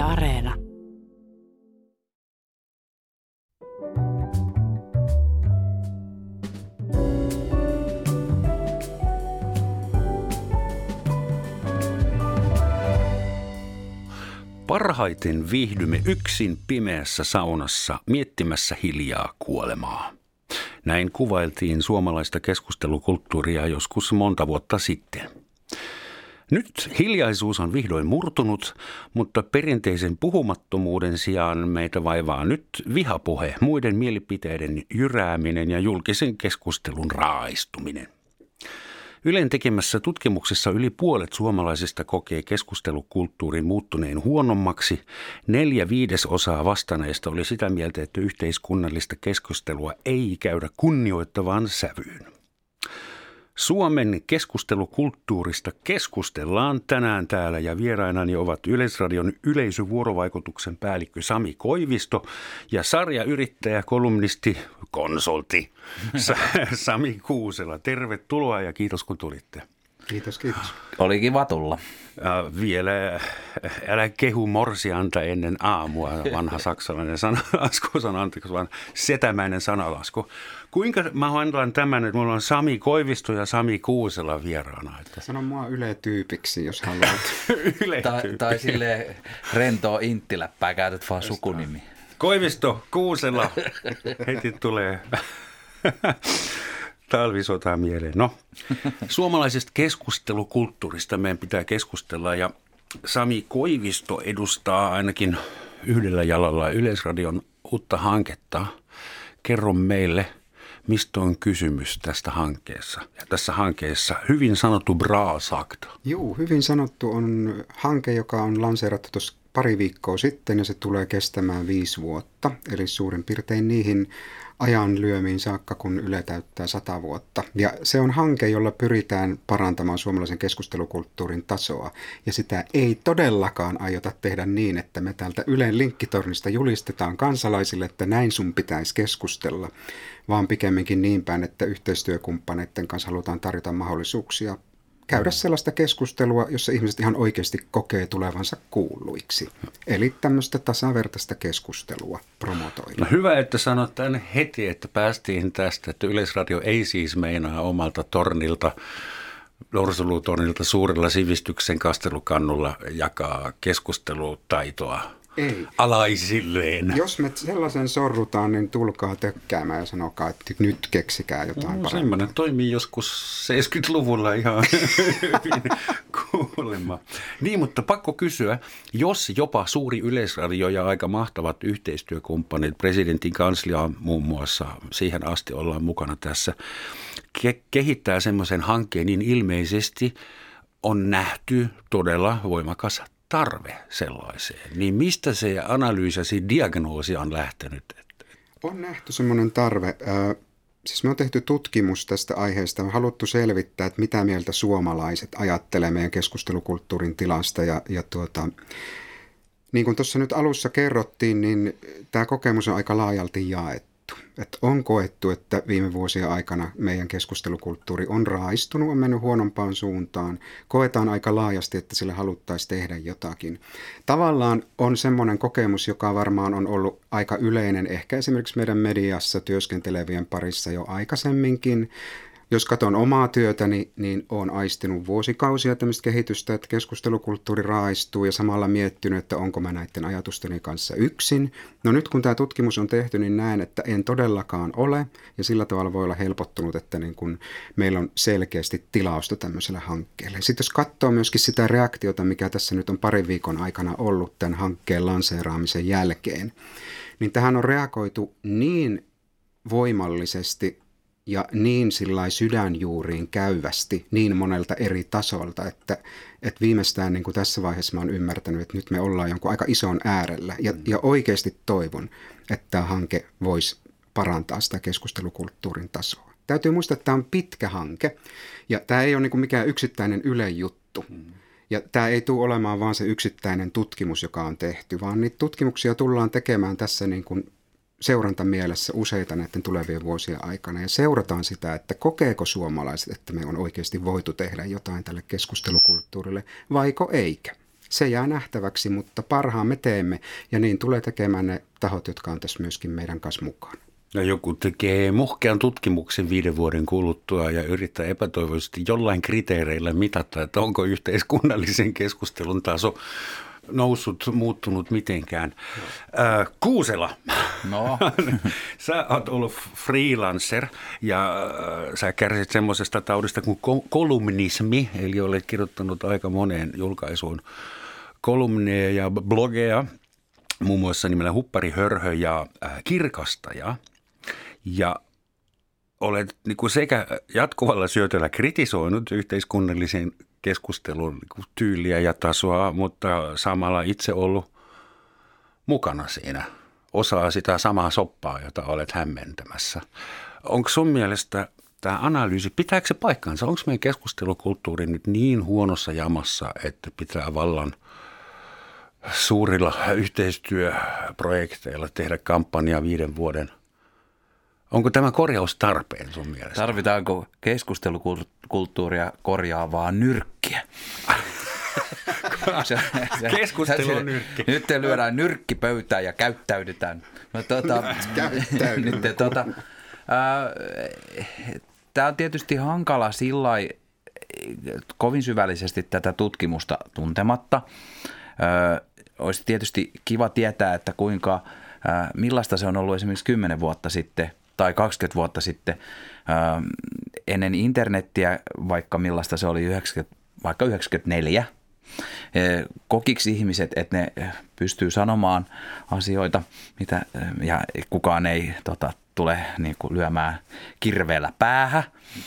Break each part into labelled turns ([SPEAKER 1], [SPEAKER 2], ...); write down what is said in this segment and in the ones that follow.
[SPEAKER 1] Areena.
[SPEAKER 2] Parhaiten viihdymme yksin pimeässä saunassa miettimässä hiljaa kuolemaa. Näin kuvailtiin suomalaista keskustelukulttuuria joskus monta vuotta sitten. Nyt hiljaisuus on vihdoin murtunut, mutta perinteisen puhumattomuuden sijaan meitä vaivaa nyt vihapuhe, muiden mielipiteiden jyrääminen ja julkisen keskustelun raaistuminen. Ylen tekemässä tutkimuksessa yli puolet suomalaisista kokee keskustelukulttuurin muuttuneen huonommaksi. 4/5 vastanneista oli sitä mieltä, että yhteiskunnallista keskustelua ei käydä kunnioittavaan sävyyn. Suomen keskustelukulttuurista keskustellaan tänään täällä ja vierainani ovat Yleisradion yleisövuorovaikutuksen päällikkö Sami Koivisto ja sarjayrittäjä, kolumnisti, konsultti Sami Kuusela. Tervetuloa ja kiitos kun tulitte.
[SPEAKER 3] Kiitos, kiitos.
[SPEAKER 4] Oli kiva tulla.
[SPEAKER 2] Vielä älä kehu morsianta ennen aamua, vanha saksalainen sanalasku, vaan setämäinen sanalasku. Kuinka mä handlaan tämän, että mulla on Sami Koivisto ja Sami Kuusela vieraana? Että...
[SPEAKER 3] Sano mua Yle-tyypiksi, jos haluat.
[SPEAKER 4] Tai silleen rentoa inttiläppää, käytät vaan sukunimi.
[SPEAKER 2] Koivisto, Kuusela, heti tulee... Talvisota mieleen. No, suomalaisesta keskustelukulttuurista meidän pitää keskustella ja Sami Koivisto edustaa ainakin yhdellä jalalla Yleisradion uutta hanketta. Kerro meille, mistä on kysymys tästä hankkeessa. Ja tässä hankkeessa hyvin sanottu Bra sagt.
[SPEAKER 3] Joo, hyvin sanottu on hanke, joka on lanseerattu tuossa pari viikkoa sitten ja se tulee kestämään 5 vuotta. Eli suurin piirtein niihin ajan lyömiin saakka, kun Yle täyttää 100 vuotta. Ja se on hanke, jolla pyritään parantamaan suomalaisen keskustelukulttuurin tasoa. Ja sitä ei todellakaan aiota tehdä niin, että me täältä Ylen linkkitornista julistetaan kansalaisille, että näin sun pitäisi keskustella, vaan pikemminkin niin päin, että yhteistyökumppaneiden kanssa halutaan tarjota mahdollisuuksia käydä sellaista keskustelua, jossa ihmiset ihan oikeasti kokee tulevansa kuulluiksi. Eli tämmöistä tasavertaista keskustelua promotoida.
[SPEAKER 2] No hyvä, että sanot tämän heti, että päästiin tästä, että Yleisradio ei siis meinaa omalta tornilta, Norsulutornilta suurella sivistyksen kastelukannulla jakaa keskustelutaitoa.
[SPEAKER 3] Ei.
[SPEAKER 2] Alaisilleen.
[SPEAKER 3] Jos me sellaisen sorrutaan, niin tulkaa tökkäämään ja sanokaa, että nyt keksikää jotain parempaa.
[SPEAKER 2] Semmoinen toimii joskus 70-luvulla ihan hyvin kuulemma. Niin, mutta pakko kysyä, jos jopa suuri Yleisradio ja aika mahtavat yhteistyökumppanit, presidentin kanslia muun muassa, siihen asti ollaan mukana tässä, kehittää semmoisen hankkeen, niin ilmeisesti on nähty todella voimakas tarve sellaiseen. Niin mistä se analyysi ja se diagnoosi on lähtenyt?
[SPEAKER 3] On nähty semmoinen tarve. Siis me on tehty tutkimus tästä aiheesta. On haluttu selvittää, että mitä mieltä suomalaiset ajattelee meidän keskustelukulttuurin tilasta. Niin kuin tuossa nyt alussa kerrottiin, niin tämä kokemus on aika laajalti jaettu. Että on koettu, että viime vuosien aikana meidän keskustelukulttuuri on raaistunut, on mennyt huonompaan suuntaan. Koetaan aika laajasti, että sille haluttaisiin tehdä jotakin. Tavallaan on semmoinen kokemus, joka varmaan on ollut aika yleinen, ehkä esimerkiksi meidän mediassa työskentelevien parissa jo aikaisemminkin. Jos katson omaa työtäni, niin olen aistinut vuosikausia tämmöistä kehitystä, että keskustelukulttuuri raaistuu ja samalla miettinyt, että onko mä näiden ajatusteni kanssa yksin. No nyt kun tämä tutkimus on tehty, niin näen, että en todellakaan ole ja sillä tavalla voi olla helpottunut, että niin kun meillä on selkeästi tilausta tämmöiselle hankkeelle. Sitten jos katsoo myöskin sitä reaktiota, mikä tässä nyt on parin viikon aikana ollut tämän hankkeen lanseeraamisen jälkeen, niin tähän on reagoitu niin voimallisesti ja niin sillai sydänjuuriin käyvästi niin monelta eri tasolta, että viimeistään niin kuin tässä vaiheessa mä oon ymmärtänyt, että nyt me ollaan jonkun aika ison äärellä. Ja oikeasti toivon, että tämä hanke voisi parantaa sitä keskustelukulttuurin tasoa. Täytyy muistaa, että tämä on pitkä hanke ja tämä ei ole niin kuin mikään yksittäinen Yle-juttu. Ja tämä ei tule olemaan vaan se yksittäinen tutkimus, joka on tehty, vaan niitä tutkimuksia tullaan tekemään tässä niin kuin seurantamielessä useita näiden tulevien vuosien aikana ja seurataan sitä, että kokeeko suomalaiset, että me on oikeasti voitu tehdä jotain tälle keskustelukulttuurille, vaiko eikä. Se jää nähtäväksi, mutta parhaan me teemme ja niin tulee tekemään ne tahot, jotka on tässä myöskin meidän kanssa mukana.
[SPEAKER 2] No joku tekee muhkean tutkimuksen 5 vuoden kuluttua ja yrittää epätoivoisesti jollain kriteereillä mitata, että onko yhteiskunnallisen keskustelun taso muuttunut mitenkään. Kuusela,
[SPEAKER 4] No.
[SPEAKER 2] sä oot ollut freelancer ja sä kärsit semmoisesta taudista kuin kolumnismi, eli olet kirjoittanut aika moneen julkaisuun kolumneja ja blogeja, muun muassa nimellä Huppari, Hörhö ja Kirkastaja. Ja olet niin kuin sekä jatkuvalla syötöllä kritisoinut yhteiskunnallisen keskustelun tyyliä ja tasoa, mutta samalla itse ollut mukana siinä. Osaa sitä samaa soppaa, jota olet hämmentämässä. Onko sun mielestä tämä analyysi, pitääkö se paikkaansa? Onko meidän keskustelukulttuuri nyt niin huonossa jamassa, että pitää vallan suurilla yhteistyöprojekteilla tehdä kampanjaa 5 vuoden? Onko tämä korjaus tarpeen sun mielestä?
[SPEAKER 4] Tarvitaanko keskustelukulttuuria korjaavaa nyrkkiä?
[SPEAKER 2] Keskustelunyrkki.
[SPEAKER 4] Nyt lyödään nyrkki pöytään ja käyttäydytään. No, tämä on tietysti hankala sillai kovin syvällisesti tätä tutkimusta tuntematta. Olisi tietysti kiva tietää, että millaista se on ollut esimerkiksi 10 vuotta sitten tai 20 vuotta sitten ennen internettiä, vaikka millaista se oli vaikka 94. Kokiksi ihmiset, että ne pystyy sanomaan asioita, ja kukaan ei tule niin kuin lyömään kirveellä päähän.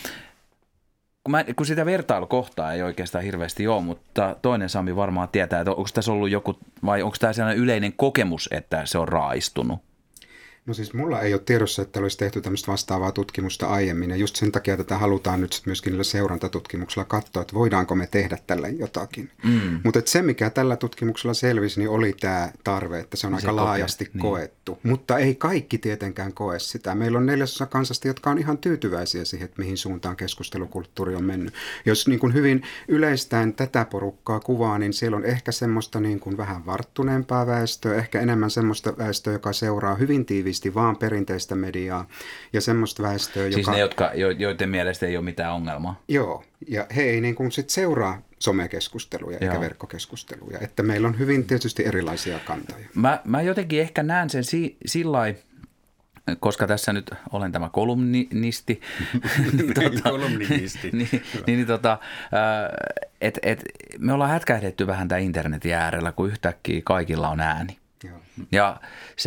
[SPEAKER 4] Kun sitä vertailukohtaa ei oikeastaan hirveästi ole, mutta toinen Sami varmaan tietää, että onko tässä ollut joku, vai onko tämä sellainen yleinen kokemus, että se on raaistunut?
[SPEAKER 3] No siis mulla ei ole tiedossa, että olisi tehty tämmöistä vastaavaa tutkimusta aiemmin, ja just sen takia tätä halutaan nyt myöskin niillä seurantatutkimuksilla katsoa, että voidaanko me tehdä tälle jotakin. Mutta se, mikä tällä tutkimuksella selvisi, niin oli tämä tarve, että se on aika laajasti koettu. Mutta ei kaikki tietenkään koe sitä. Meillä on 4% kansasta, jotka on ihan tyytyväisiä siihen, että mihin suuntaan keskustelukulttuuri on mennyt. Jos niin kuin hyvin yleistään tätä porukkaa kuvaa, niin siellä on ehkä semmoista niin kuin vähän varttuneempaa väestöä, ehkä enemmän semmoista väestöä, joka seuraa hyvin tiiviisti vaan perinteistä mediaa ja semmoista väestöä,
[SPEAKER 4] siis ne, joiden mielestä ei ole mitään ongelmaa.
[SPEAKER 3] Joo, ja he ei niin kuin sit seuraa somekeskusteluja eikä verkkokeskusteluja, että meillä on hyvin tietysti erilaisia kantoja.
[SPEAKER 4] Mä jotenkin ehkä näen sen sillai, koska tässä nyt olen tämä kolumnisti.
[SPEAKER 2] Kolumnisti.
[SPEAKER 4] Me ollaan hätkähdetty vähän tämän internetin äärellä, kun yhtäkkiä kaikilla on ääni.
[SPEAKER 3] Joo.
[SPEAKER 4] Ja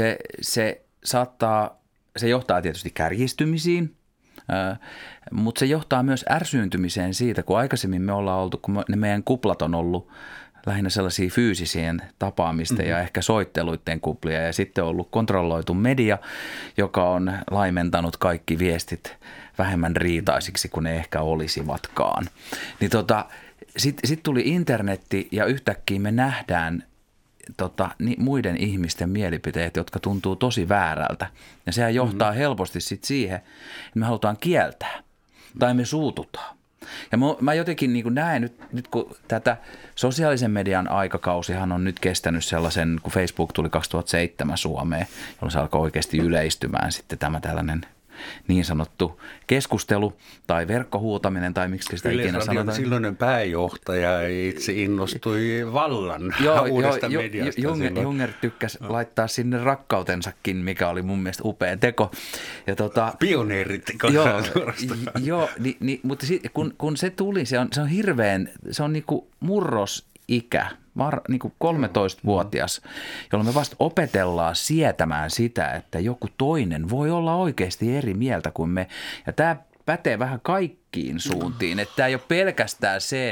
[SPEAKER 4] se johtaa tietysti kärjistymisiin, mutta se johtaa myös ärsyyntymiseen siitä, kun aikaisemmin me ollaan oltu, kun ne meidän kuplat on ollut lähinnä sellaisia fyysisien tapaamisten ja ehkä soitteluiden kuplia ja sitten on ollut kontrolloitu media, joka on laimentanut kaikki viestit vähemmän riitaisiksi kuin ne ehkä olisivatkaan. Niin sitten tuli internetti ja yhtäkkiä me nähdään muiden ihmisten mielipiteet, jotka tuntuu tosi väärältä. Ja sehän johtaa helposti sit siihen, että me halutaan kieltää tai me suututaan. Ja mä jotenkin niin kuin näen nyt, kun tätä sosiaalisen median aikakausihan on nyt kestänyt sellaisen, kun Facebook tuli 2007 Suomeen, jolloin se alkoi oikeasti yleistymään sitten tämä tällainen niin sanottu keskustelu tai verkkohuutaminen tai miksi sitä ikinä sanotaan.
[SPEAKER 2] Silloinen pääjohtaja itse innostui vallan uudesta mediasta.
[SPEAKER 4] Junger tykkäsi laittaa sinne rakkautensakin, mikä oli mun mielestä upea teko. Ja
[SPEAKER 2] pioneeriteko.
[SPEAKER 4] Joo, mutta kun se tuli, se on hirveän, se on niinku murrosikä. Niin kuin 13-vuotias, jolloin me vasta opetellaan sietämään sitä, että joku toinen voi olla oikeasti eri mieltä kuin me. Ja tämä pätee vähän kaikkiin suuntiin. Että tämä ei ole pelkästään se,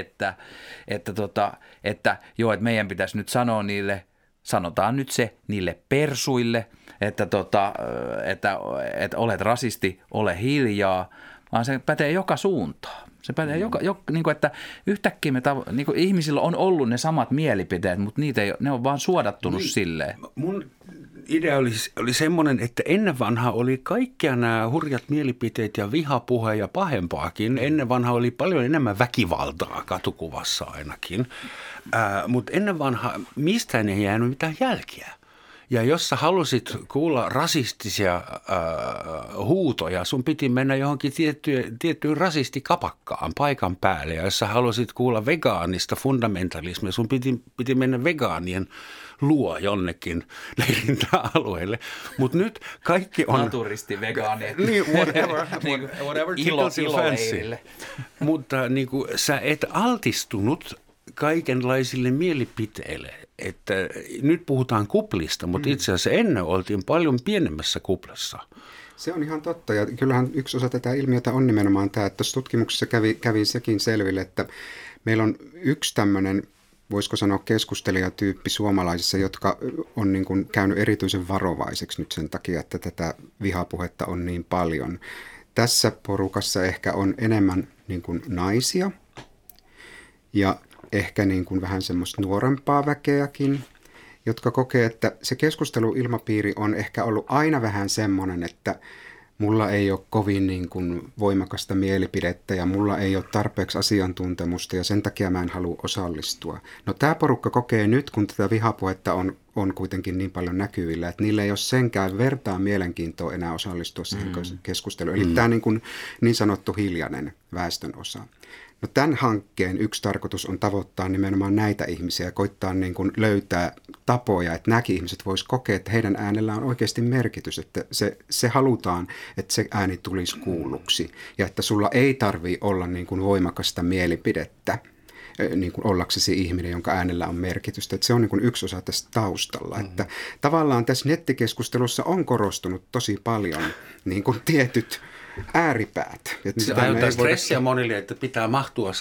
[SPEAKER 4] että meidän pitäisi nyt sanoa niille, sanotaan nyt se niille persuille, että olet rasisti, ole hiljaa, vaan se pätee joka suuntaan. Se pätee niin kuin, että yhtäkkiä niin kuin ihmisillä on ollut ne samat mielipiteet, mutta ne on vaan suodattunut silleen.
[SPEAKER 2] Mun idea oli semmoinen, että ennen vanhaa oli kaikkia nämä hurjat mielipiteet ja vihapuhe ja pahempaakin. Ennen vanhaa oli paljon enemmän väkivaltaa katukuvassa ainakin, mutta ennen vanhaa mistään ei jäänyt mitään jälkiä. Ja jos sä halusit kuulla rasistisia huutoja, sun piti mennä johonkin tiettyyn rasistikapakkaan paikan päälle. Ja jos sä halusit kuulla vegaanista fundamentalismia, sun piti mennä vegaanien luo jonnekin leirintäalueelle. Mutta nyt kaikki on...
[SPEAKER 4] Naturisti, vegaani.
[SPEAKER 2] Niin, whatever tickles your fancy. Mutta niin kuin, sä et altistunut kaikenlaisille mielipiteille. Että nyt puhutaan kuplista, mutta itse asiassa ennen oltiin paljon pienemmässä kuplassa.
[SPEAKER 3] Se on ihan totta, ja kyllähän yksi osa tätä ilmiötä on nimenomaan tämä, että tuossa tutkimuksessa kävi sekin selville, että meillä on yksi tämmöinen, voisiko sanoa keskustelijatyyppi suomalaisissa, jotka on niin kuin käynyt erityisen varovaiseksi nyt sen takia, että tätä vihapuhetta on niin paljon. Tässä porukassa ehkä on enemmän niin kuin naisia ja ehkä niin kuin vähän semmoista nuorempaa väkeäkin, jotka kokee, että se keskusteluilmapiiri on ehkä ollut aina vähän semmoinen, että mulla ei ole kovin niin kuin voimakasta mielipidettä ja mulla ei ole tarpeeksi asiantuntemusta ja sen takia mä en halua osallistua. No tämä porukka kokee nyt, kun tätä vihapuhetta on kuitenkin niin paljon näkyvillä, että niillä ei ole senkään vertaa mielenkiintoa enää osallistua siihen keskusteluun. Eli tämä niin sanottu hiljainen väestönosa. No tämän hankkeen yksi tarkoitus on tavoittaa nimenomaan näitä ihmisiä ja koittaa niin kuin löytää tapoja, että nämäkin ihmiset vois kokea, että heidän äänellä on oikeasti merkitys, että se halutaan, että se ääni tulisi kuulluksi ja että sulla ei tarvitse olla niin kuin voimakasta mielipidettä niin kuin ollaksesi ihminen, jonka äänellä on merkitystä. Että se on niin kuin yksi osa tästä taustalla. Että tavallaan tässä nettikeskustelussa on korostunut tosi paljon niin kuin tietyt ääripäät.
[SPEAKER 2] Että se aiheuttaa stressiä monille, että pitää mahtua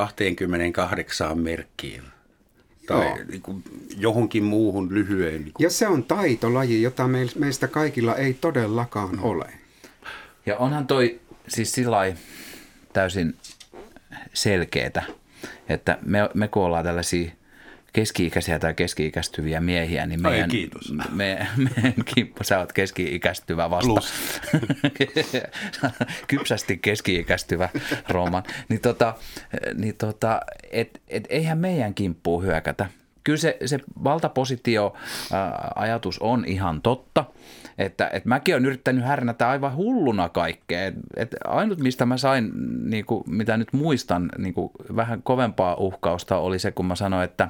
[SPEAKER 2] 128 merkkiin tai niin kuin johonkin muuhun lyhyen. Niin kuin.
[SPEAKER 3] Ja se on taitolaji, jota meistä kaikilla ei todellakaan ole.
[SPEAKER 4] Ja onhan toi siis sillai täysin selkeetä, että me kun ollaan tällaisia keski-ikäisiä tai keski-ikäistyviä miehiä, niin meidän Kimppu, sä oot keski-ikäistyvä vasta. Kypsästi keski-ikäistyvä Roman. Eihän meidän kimppuun hyökätä. Kyllä se valtapositio-ajatus on ihan totta, että mäkin olen yrittänyt härnätä aivan hulluna kaikkea. Ainut, mistä mä sain, niin kuin, mitä nyt muistan, niin kuin vähän kovempaa uhkausta oli se, kun mä sanoin, että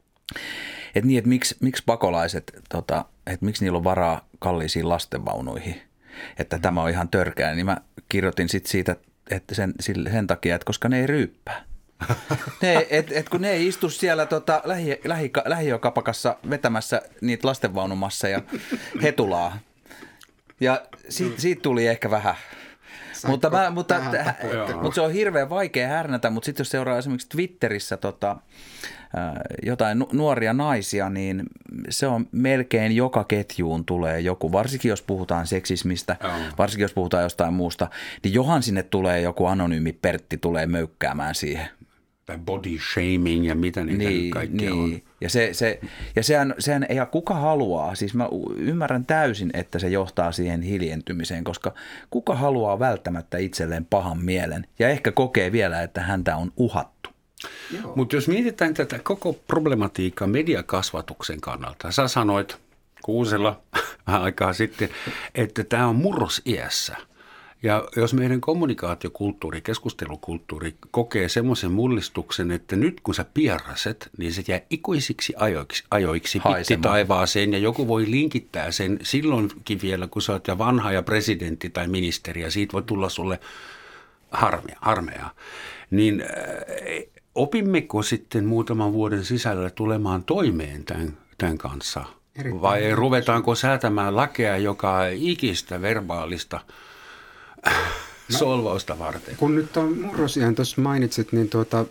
[SPEAKER 4] miksi pakolaiset, että miksi niillä on varaa kalliisiin lastenvaunuihin, että tämä on ihan törkeä, niin mä kirjoitin sitten siitä, että sen takia, että koska ne ei ryyppää. Kun ne ei istu siellä lähiökapakassa vetämässä niitä lastenvaunumassa ja hetulaa. Ja siitä tuli ehkä vähän. Mutta se on hirveän vaikea härnätä, mutta sitten jos seuraa esimerkiksi Twitterissä jotain nuoria naisia, niin se on melkein joka ketjuun tulee joku, varsinkin jos puhutaan seksismistä, varsinkin jos puhutaan jostain muusta, niin johan sinne tulee joku anonyymi Pertti tulee möykkäämään siihen.
[SPEAKER 2] Tai body shaming ja mitä niitä nyt kaikkea on.
[SPEAKER 4] Ja sehän ei kuka haluaa, siis mä ymmärrän täysin, että se johtaa siihen hiljentymiseen, koska kuka haluaa välttämättä itselleen pahan mielen ja ehkä kokee vielä, että häntä on uhattu.
[SPEAKER 2] Mutta jos mietitään tätä koko problematiikkaa mediakasvatuksen kannalta, sä sanoit Kuusella aikaa sitten, että tämä on murrosiässä. Ja jos meidän kommunikaatiokulttuuri, keskustelukulttuuri kokee semmoisen mullistuksen, että nyt kun sä pierraset, niin se jää ikuisiksi ajoiksi pitti taivaaseen ja joku voi linkittää sen silloinkin vielä, kun sä oot ja vanha ja presidentti tai ministeri ja siitä voi tulla sulle harmea. Niin opimmeko sitten muutaman vuoden sisällä tulemaan toimeen tämän kanssa? Vai ruvetaanko säätämään lakeja, joka ikistä verbaalista solvausta varten?
[SPEAKER 3] Kun nyt on murrosiän tuossa mainitsit, niin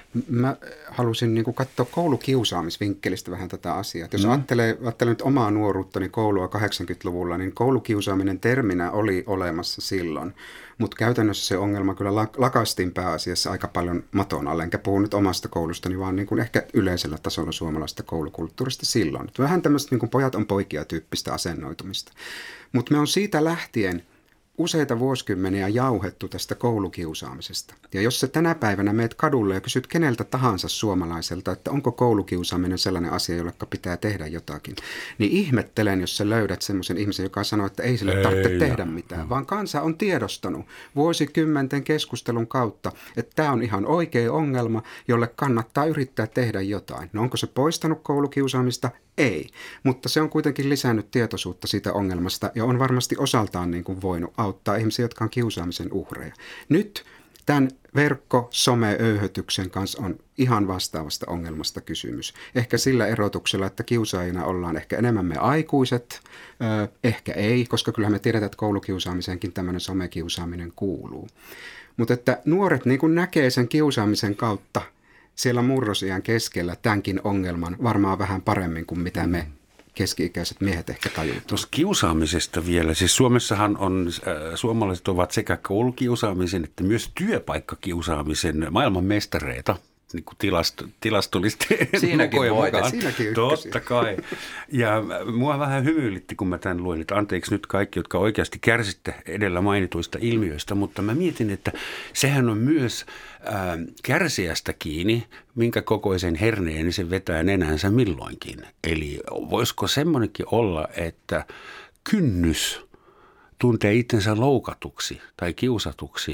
[SPEAKER 3] Mä halusin niin kuin katsoa koulukiusaamisvinkkelistä vähän tätä asiaa. Jos ajattelen nyt omaa nuoruuttani koulua 80-luvulla, niin koulukiusaaminen terminä oli olemassa silloin. Mutta käytännössä se ongelma kyllä lakastiin pääasiassa aika paljon maton alle. Enkä puhu nyt omasta koulustani, vaan niin kuin ehkä yleisellä tasolla suomalaisesta koulukulttuurista silloin. Vähän tämmöistä niin kuin pojat on poikia -tyyppistä asennoitumista. Mutta me on siitä lähtien useita vuosikymmeniä jauhettu tästä koulukiusaamisesta. Ja jos sä tänä päivänä meet kadulle ja kysyt keneltä tahansa suomalaiselta, että onko koulukiusaaminen sellainen asia, jolle pitää tehdä jotakin, niin ihmettelen, jos sä löydät semmoisen ihmisen, joka sanoo, että ei sille tarvitse tehdä mitään, vaan kansa on tiedostanut vuosikymmenten keskustelun kautta, että tämä on ihan oikea ongelma, jolle kannattaa yrittää tehdä jotain. No onko se poistanut koulukiusaamista? Ei, mutta se on kuitenkin lisännyt tietoisuutta siitä ongelmasta ja on varmasti osaltaan niin kuin voinut auttaa ihmisiä, jotka on kiusaamisen uhreja. Nyt tämän verkko-some-öyhötyksen kanssa on ihan vastaavasta ongelmasta kysymys. Ehkä sillä erotuksella, että kiusaajina ollaan ehkä enemmän me aikuiset, ehkä ei, koska kyllähän me tiedetään, että koulukiusaamiseenkin tämmöinen somekiusaaminen kuuluu. Mutta että nuoret niin kuin näkee sen kiusaamisen kautta siellä murrosiän keskellä tämänkin ongelman varmaan vähän paremmin kuin mitä me keski-ikäiset miehet ehkä tajutaan.
[SPEAKER 2] Tuossa kiusaamisesta vielä. Siis Suomessahan suomalaiset ovat sekä koulukiusaamisen että myös työpaikkakiusaamisen maailman mestareita. Niin kuin tilastollisesti
[SPEAKER 4] siinäkin
[SPEAKER 2] mukaan. Totta kai. Ja mua vähän hymyilytti, kun mä tämän luin, että anteeksi nyt kaikki, jotka oikeasti kärsitte edellä mainituista ilmiöistä, mutta mä mietin, että sehän on myös kärsijästä kiinni, minkä kokoisen herneen niin se vetää nenänsä milloinkin. Eli voisiko semmoinenkin olla, että kynnys tuntee itsensä loukatuksi tai kiusatuksi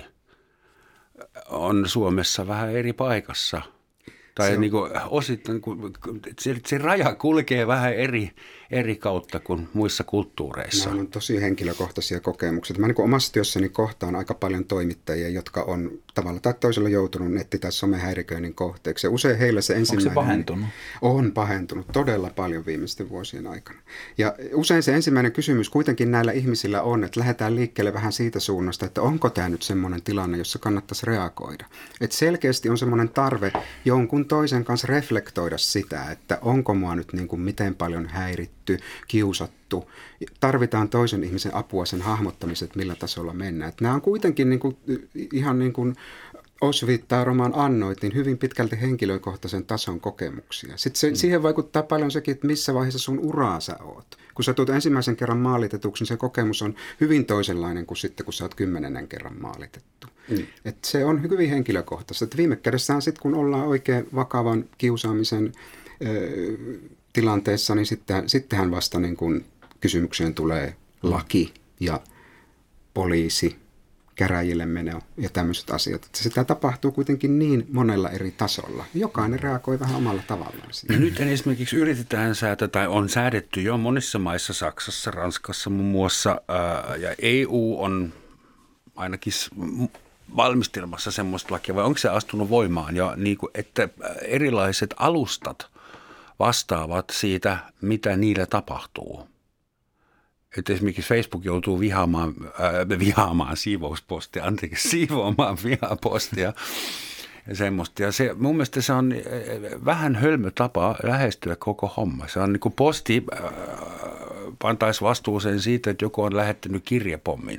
[SPEAKER 2] on Suomessa vähän eri paikassa. Tai niin kuin osittain, se raja kulkee vähän eri kautta kuin muissa kulttuureissa.
[SPEAKER 3] Nämä on tosi henkilökohtaisia kokemuksia. Mä niin kuin omassa työssäni kohtaan aika paljon toimittajia, jotka on tavalla tai toisella joutunut netti- tai somehäiriköinnin kohteeksi. Ja usein heillä se ensimmäinen...
[SPEAKER 4] Onko se pahentunut?
[SPEAKER 3] On pahentunut todella paljon viimeisten vuosien aikana. Ja usein se ensimmäinen kysymys kuitenkin näillä ihmisillä on, että lähdetään liikkeelle vähän siitä suunnasta, että onko tämä nyt semmoinen tilanne, jossa kannattaisi reagoida. Että selkeästi on semmoinen tarve jonkun toisen kanssa reflektoida sitä, että onko mua nyt niin kuin miten paljon häiritty, kiusattu. Tarvitaan toisen ihmisen apua sen hahmottamiset, millä tasolla mennään. Että nämä on kuitenkin niin kuin, ihan niin kuin osviittaaromaan annoit, niin hyvin pitkälti henkilökohtaisen tason kokemuksia. Sitten siihen vaikuttaa paljon sekin, että missä vaiheessa sun uraa sä oot. Kun sä tulet ensimmäisen kerran maalitetuksi, niin se kokemus on hyvin toisenlainen kuin sitten, kun sä oot 10. kerran maalitettu. Et se on hyvin henkilökohtaista. Et viime kädessään sitten, kun ollaan oikein vakavan kiusaamisen tilanteessa, niin sittenhän vasta niin kun kysymykseen tulee laki ja poliisi, käräjille meno ja tämmöiset asiat. Että sitä tapahtuu kuitenkin niin monella eri tasolla. Jokainen reagoi vähän omalla tavallaan.
[SPEAKER 2] Ja nyt esimerkiksi yritetään säätää, tai on säädetty jo monissa maissa, Saksassa, Ranskassa muun muassa, ja EU on ainakin valmistelmassa semmoista lakia, vai onko se astunut voimaan, ja niin kuin, että erilaiset alustat vastaavat siitä, mitä niillä tapahtuu. Että esimerkiksi Facebook joutuu vihaamaan siivoamaan vihapostia ja semmoista. Ja se, mun mielestä se on vähän hölmö tapa lähestyä koko homma. Se on niin kuin posti pantaisi vastuuseen siitä, että joku on lähettänyt kirjepommin.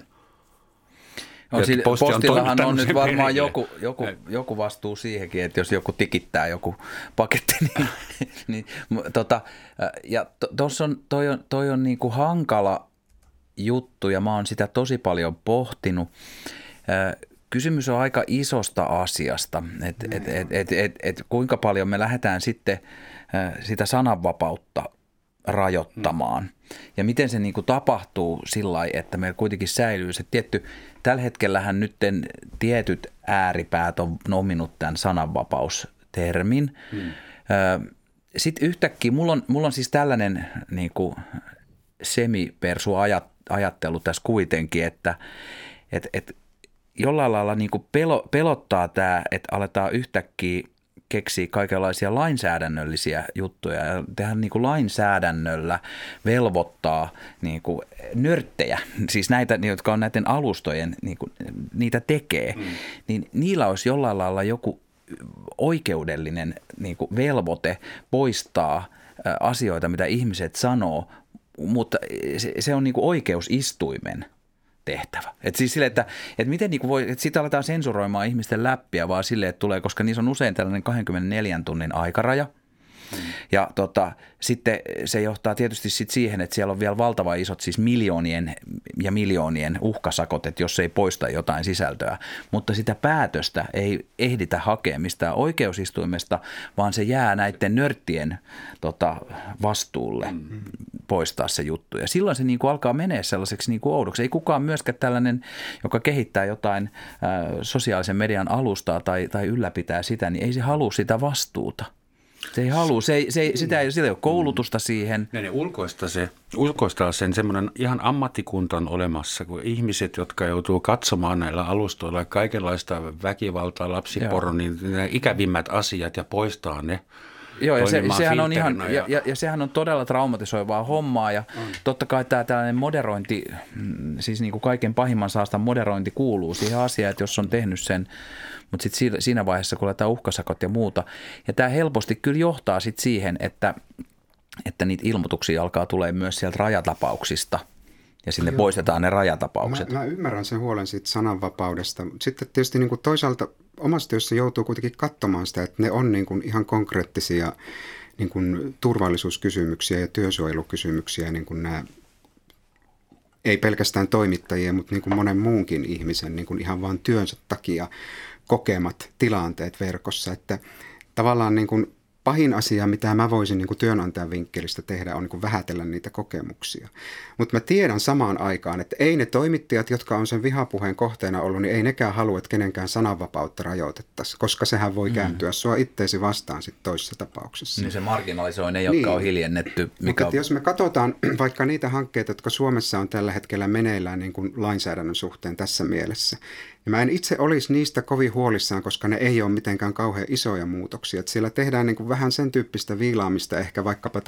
[SPEAKER 4] No, postillahan on nyt varmaan joku vastuu siihenkin, että jos joku tikittää joku paketti, ja toi on niin kuin hankala juttu ja mä oon sitä tosi paljon pohtinut. Kysymys on aika isosta asiasta, että kuinka paljon me lähdetään sitten sitä sananvapautta rajoittamaan. Ja miten se niin kuin tapahtuu sillä lailla, että meillä kuitenkin säilyy se tietty, tällä hetkellähän nyt tietyt ääripäät on nominut tämän sananvapaustermin. Sitten yhtäkkiä, mulla on siis tällainen niin kuin semipersu ajattelu tässä kuitenkin, että jollain lailla niin kuin pelottaa tämä, että aletaan yhtäkkiä keksiä kaikenlaisia lainsäädännöllisiä juttuja ja tehdään niin kuin lainsäädännöllä velvoittaa niin kuin nörttejä, siis näitä, jotka on näiden alustojen, niin kuin, niitä tekee, niin niillä olisi jollain lailla joku oikeudellinen niin kuin velvoite poistaa asioita, mitä ihmiset sanoo, mutta se on niin kuin oikeusistuimen tehtävä. Että siis sille, että miten niin kuin voi, että sitä aletaan sensuroimaan ihmisten läppiä vaan silleen, että tulee, koska niissä on usein tällainen 24 tunnin aikaraja. Ja sitten se johtaa tietysti sit siihen, että siellä on vielä valtava isot siis miljoonien ja miljoonien uhkasakot, että jos ei poista jotain sisältöä. Mutta sitä päätöstä ei ehditä hakea mistään oikeusistuimesta, vaan se jää näiden nörttien vastuulle poistaa se juttu. Ja silloin se niin kuin alkaa menee sellaiseksi niin kuin oudoksi. Ei kukaan myöskään tällainen, joka kehittää jotain sosiaalisen median alustaa tai ylläpitää sitä, niin ei se halua sitä vastuuta. Se ei halua, sitä ei ole koulutusta siihen.
[SPEAKER 2] Ne ulkoistaa sen semmoinen ihan ammattikunta on olemassa, kun ihmiset, jotka joutuu katsomaan näillä alustoilla kaikenlaista väkivaltaa, lapsiporron, niin ne ikävimmät asiat ja poistaa ne.
[SPEAKER 4] Joo, ja sehän on ihan, ja sehän on todella traumatisoivaa hommaa, ja totta kai tämä tällainen moderointi, siis niin kuin kaiken pahimman saastan moderointi kuuluu siihen asiaan, että jos on tehnyt sen, mutta sitten siinä vaiheessa, kun laitetaan uhkasakot ja muuta, ja tämä helposti kyllä johtaa sitten siihen, että niitä ilmoituksia alkaa tulee myös sieltä rajatapauksista, ja sinne poistetaan ne rajatapaukset.
[SPEAKER 3] Mä ymmärrän sen huolen siitä sananvapaudesta, mutta sitten tietysti niin kuin toisaalta omassa työssä joutuu kuitenkin katsomaan sitä, että ne on niin kuin ihan konkreettisia niin kuin turvallisuuskysymyksiä ja työsuojelukysymyksiä, niin kuin nämä, ei pelkästään toimittajien, mutta niin kuin monen muunkin ihmisen niin kuin ihan vaan työnsä takia kokemat tilanteet verkossa, että tavallaan niin kuin pahin asia, mitä mä voisin niin kuin työnantajan vinkkelistä tehdä, on niin kuin vähätellä niitä kokemuksia. Mutta mä tiedän samaan aikaan, että ei ne toimittajat, jotka on sen vihapuheen kohteena ollut, niin ei nekään halua, että kenenkään sananvapautta rajoitettaisiin, koska sehän voi kääntyä sua itteesi vastaan sitten toisessa tapauksessa.
[SPEAKER 4] Niin se marginalisoi ne, jotka on hiljennetty.
[SPEAKER 3] Mutta jos me katsotaan vaikka niitä hankkeita, jotka Suomessa on tällä hetkellä meneillään niin kuin lainsäädännön suhteen tässä mielessä, ja mä en itse olisi niistä kovin huolissaan, koska ne ei ole mitenkään kauhean isoja muutoksia. Että siellä tehdään niin kuin vähän sen tyyppistä viilaamista, ehkä vaikkapa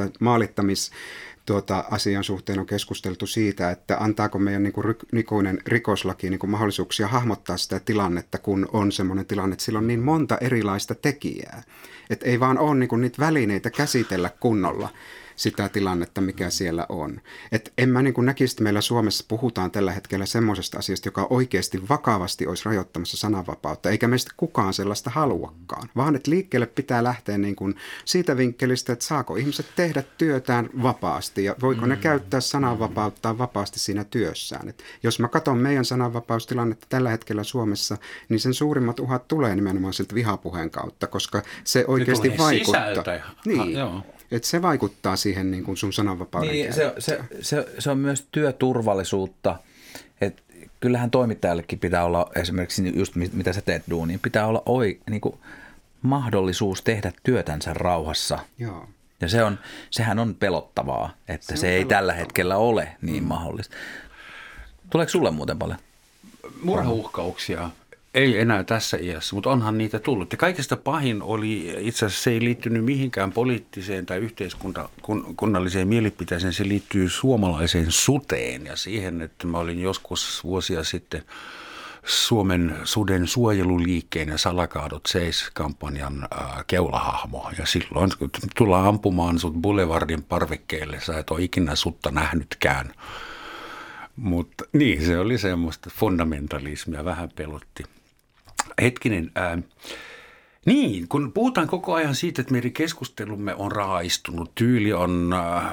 [SPEAKER 3] asian suhteen on keskusteltu siitä, että antaako meidän niin kuin nykyinen rikoslaki niin kuin mahdollisuuksia hahmottaa sitä tilannetta, kun on semmoinen tilanne, että sillä on niin monta erilaista tekijää. Että ei vaan ole niin kuin niitä välineitä käsitellä kunnolla sitä tilannetta, mikä siellä on. Et en mä niin kuin näkisi, että meillä Suomessa puhutaan tällä hetkellä semmoisesta asiasta, joka oikeasti vakavasti olisi rajoittamassa sananvapautta, eikä meistä kukaan sellaista haluakaan, vaan että liikkeelle pitää lähteä niin kuin siitä vinkkelistä, että saako ihmiset tehdä työtään vapaasti ja voiko ne käyttää sananvapauttaan vapaasti siinä työssään. Et jos mä katson meidän sananvapaustilannetta tällä hetkellä Suomessa, niin sen suurimmat uhat tulee nimenomaan siltä vihapuheen kautta, koska se oikeasti vaikuttaa. Niin. Että se vaikuttaa siihen niin kuin sun sananvapauden
[SPEAKER 4] se on myös työturvallisuutta. Et kyllähän toimittajallekin pitää olla esimerkiksi just mitä sä teet duuniin, pitää olla niin kuin mahdollisuus tehdä työtänsä rauhassa.
[SPEAKER 3] Joo.
[SPEAKER 4] Ja sehän on pelottavaa, että se ei tällä hetkellä ole niin mahdollista. Tuleeko sulle muuten paljon?
[SPEAKER 2] Murhauhkauksia. Ei enää tässä iässä, mutta onhan niitä tullut. Ja kaikesta pahin oli, itse asiassa se ei liittynyt mihinkään poliittiseen tai yhteiskunnalliseen mielipiteeseen, se liittyy suomalaiseen suteen ja siihen, että mä olin joskus vuosia sitten Suomen suden suojeluliikkeen ja Salakaadot seis-kampanjan keulahahmo. Ja silloin, kun tullaan ampumaan sut Boulevardin parvekkeelle, sä et ole ikinä sutta nähnytkään. Mutta niin, se oli semmoista fundamentalismia, vähän pelotti. Hetkinen, niin, kun puhutaan koko ajan siitä, että meidän keskustelumme on raaistunut, tyyli on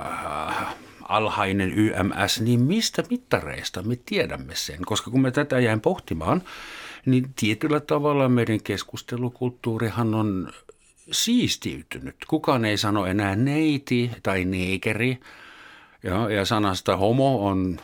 [SPEAKER 2] alhainen YMS, niin mistä mittareista me tiedämme sen? Koska kun me tätä jäin pohtimaan, niin tietyllä tavalla meidän keskustelukulttuurihan on siistiytynyt. Kukaan ei sano enää neiti tai neekeri. Ja sanasta homo on,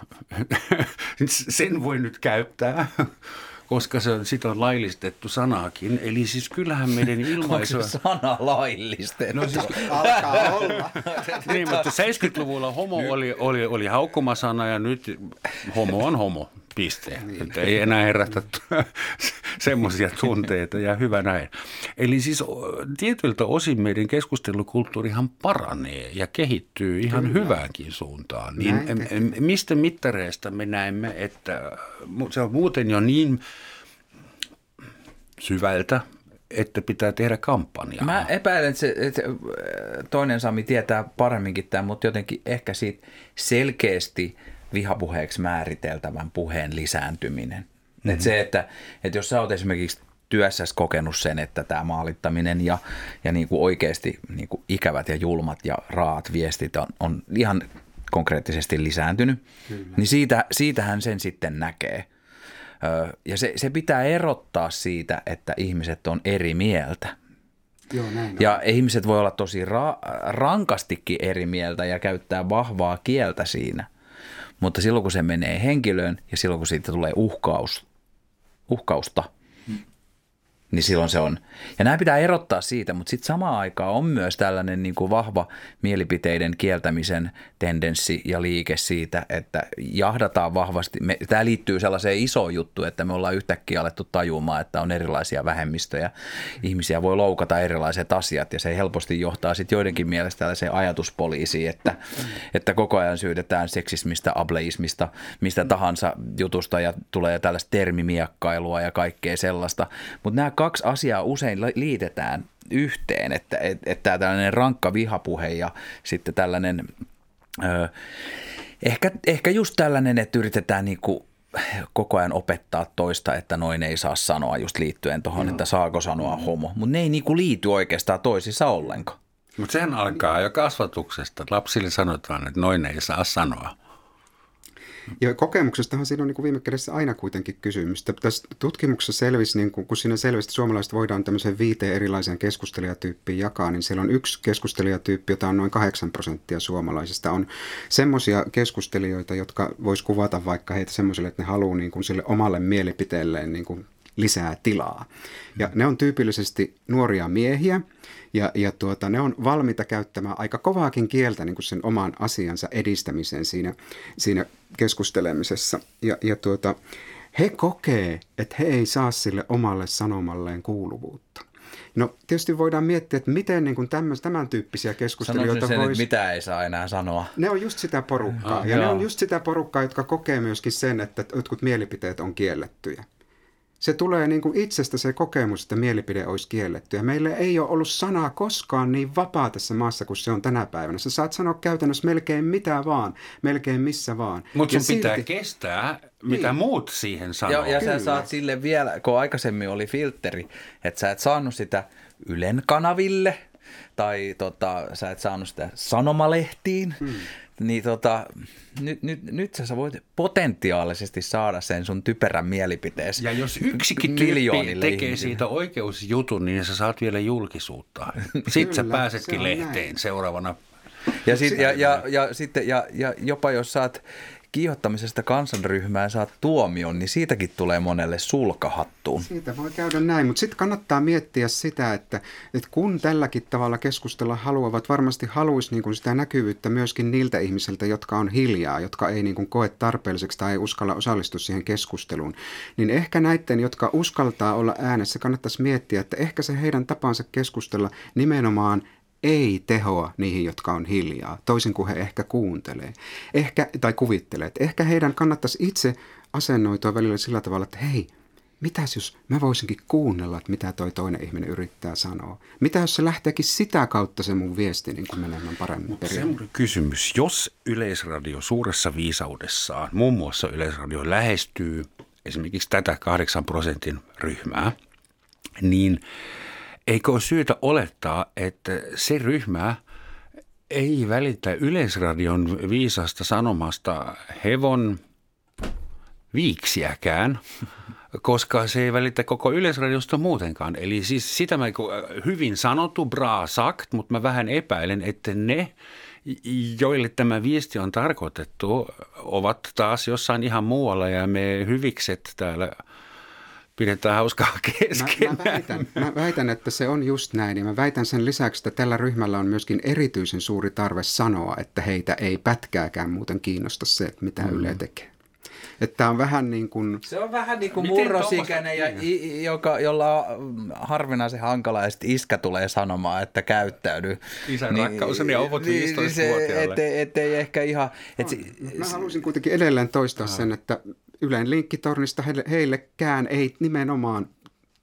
[SPEAKER 2] sen voi nyt käyttää, koska sitä on laillistettu sanaakin. Eli siis kyllähän meidän ilmaisu...
[SPEAKER 4] Onko se sana laillistettu?
[SPEAKER 3] No siis alkaa olla.
[SPEAKER 2] Niin, mutta 70-luvulla homo oli haukkumasana ja nyt homo on homo. Piste. Niin. Että ei enää herätä semmoisia tunteita ja hyvä näin. Eli siis tietyiltä osin meidän keskustelukulttuurihan paranee ja kehittyy ihan hyväänkin suuntaan. Niin mistä mittareista me näemme, että se on muuten jo niin syvältä, että pitää tehdä kampanjaa?
[SPEAKER 4] Mä epäilen, että toinen Sami tietää paremminkin tämän, mutta jotenkin ehkä siitä selkeästi vihapuheeksi määriteltävän puheen lisääntyminen. Mm-hmm. Että se, että jos sä oot esimerkiksi työssäsi kokenut sen, että tämä maalittaminen ja niin kuin oikeasti niin kuin ikävät ja julmat ja raat viestit on ihan konkreettisesti lisääntynyt, kyllä, niin siitähän sen sitten näkee. Ja se pitää erottaa siitä, että ihmiset on eri mieltä.
[SPEAKER 3] Joo, näin
[SPEAKER 4] ja ihmiset voi olla tosi rankastikin eri mieltä ja käyttää vahvaa kieltä siinä. Mutta silloin kun se menee henkilöön ja silloin kun siitä tulee uhkausta, niin silloin se on. Ja nämä pitää erottaa siitä, mutta sitten samaan aikaan on myös tällainen niin kuin vahva mielipiteiden kieltämisen tendenssi ja liike siitä, että jahdataan vahvasti. Tämä liittyy sellaiseen isoon juttuun, että me ollaan yhtäkkiä alettu tajumaan, että on erilaisia vähemmistöjä. Ihmisiä voi loukata erilaiset asiat ja se helposti johtaa sitten joidenkin mielestä tällaiseen ajatuspoliisiin, että koko ajan syydetään seksismistä, ableismista, mistä tahansa jutusta ja tulee tällaista termimiekkailua ja kaikkea sellaista. Mutta nämä kaksi asiaa usein liitetään yhteen, että tällainen rankka vihapuhe ja sitten tällainen, ehkä just tällainen, että yritetään niinku koko ajan opettaa toista, että noin ei saa sanoa just liittyen tuohon, että saako sanoa homo, mutta ne ei niinku liity oikeastaan toisissa ollenkaan.
[SPEAKER 2] Mutta sehän alkaa jo kasvatuksesta. Lapsille sanotaan, että noin ei saa sanoa.
[SPEAKER 3] Ja kokemuksestahan siinä on niin kuin viime kädessä aina kuitenkin kysymys. Tässä tutkimuksessa selvisi, niin kun siinä selvisi, että suomalaiset voidaan tämmöiseen 5 erilaiseen keskustelijatyyppiin jakaa, niin siellä on yksi keskustelijatyyppi, jota on noin 8% suomalaisista. On semmoisia keskustelijoita, jotka vois kuvata vaikka heitä semmoiselle, että ne haluaa niin kuin sille omalle mielipiteelleen niin kuin lisää tilaa. Ja ne on tyypillisesti nuoria miehiä. Ja ne on valmiita käyttämään aika kovaakin kieltä niin kuin sen oman asiansa edistämiseen siinä keskustelemisessa. Ja he kokee, että he ei saa sille omalle sanomalleen kuuluvuutta. No tietysti voidaan miettiä, että miten niin kuin tämän tyyppisiä keskustelijoita
[SPEAKER 4] voisi... että mitä ei saa enää sanoa.
[SPEAKER 3] Ne on just sitä porukkaa. Ja ne on just sitä porukkaa, jotka kokee myöskin sen, että jotkut mielipiteet on kiellettyjä. Se tulee niin kuin itsestä se kokemus, että mielipide olisi kielletty. Ja meillä ei ole ollut sanaa koskaan niin vapaa tässä maassa kuin se on tänä päivänä. Sä saat sanoa käytännössä melkein mitä vaan, melkein missä vaan.
[SPEAKER 2] Mutta sun pitää kestää, mitä muut siihen sanoo.
[SPEAKER 4] Ja sä saat sille vielä, kun aikaisemmin oli filtteri, että sä et saanut sitä Ylen kanaville tai sä et saanut sitä sanomalehtiin. Niin nyt sä voit potentiaalisesti saada sen sun typerän mielipiteesi.
[SPEAKER 2] Ja jos yksikin tyyppi tekee siitä oikeusjutun, niin sä saat vielä julkisuutta. Sitten sä pääsetkin lehteen näin seuraavana.
[SPEAKER 4] Ja jopa jos saat kiihottamisesta kansanryhmään saat tuomion, niin siitäkin tulee monelle sulkahattuun.
[SPEAKER 3] Siitä voi käydä näin, mutta sitten kannattaa miettiä sitä, että kun tälläkin tavalla keskustella haluavat, varmasti haluaisi niin kuin sitä näkyvyyttä myöskin niiltä ihmisiltä, jotka on hiljaa, jotka ei niin kuin koe tarpeelliseksi tai ei uskalla osallistua siihen keskusteluun, niin ehkä näiden, jotka uskaltaa olla äänessä, kannattaisi miettiä, että ehkä se heidän tapansa keskustella nimenomaan ei tehoa niihin, jotka on hiljaa, toisin kuin he ehkä kuuntelee tai kuvittelee. Että ehkä heidän kannattaisi itse asennoitua välillä sillä tavalla, että hei, mitäs jos mä voisinkin kuunnella, että mitä toi toinen ihminen yrittää sanoa. Mitä jos se lähteekin sitä kautta se mun viesti niin kuin menemään paremmin perille.
[SPEAKER 2] Semmoinen kysymys, jos Yleisradio suuressa viisaudessaan, muun muassa Yleisradio lähestyy esimerkiksi tätä 8% ryhmää, niin eikö ole syytä olettaa, että se ryhmä ei välitä Yleisradion viisasta sanomasta hevon viiksiäkään, koska se ei välitä koko Yleisradiosta muutenkaan. Eli siis sitä mä hyvin sanottu, bra sagt, mutta mä vähän epäilen, että ne, joille tämä viesti on tarkoitettu, ovat taas jossain ihan muualla ja me hyvikset täällä pidetään hauskaa keskenään.
[SPEAKER 3] Mä väitän, että se on just näin. Ja mä väitän sen lisäksi, että tällä ryhmällä on myöskin erityisen suuri tarve sanoa, että heitä ei pätkääkään muuten kiinnosta se, että mitä Yle tekee. Että on vähän niin kuin...
[SPEAKER 4] Se on vähän niin kuin murrosikäinen, jolla on harvinaisen hankala, ja sitten iskä tulee sanomaan, että käyttäydy.
[SPEAKER 2] Isän rakkauseni ovat 15-vuotiaalle.
[SPEAKER 4] Ettei ehkä ihan...
[SPEAKER 3] Mä haluaisin kuitenkin edelleen toistaa sen, että Ylen linkkitornista heillekään ei nimenomaan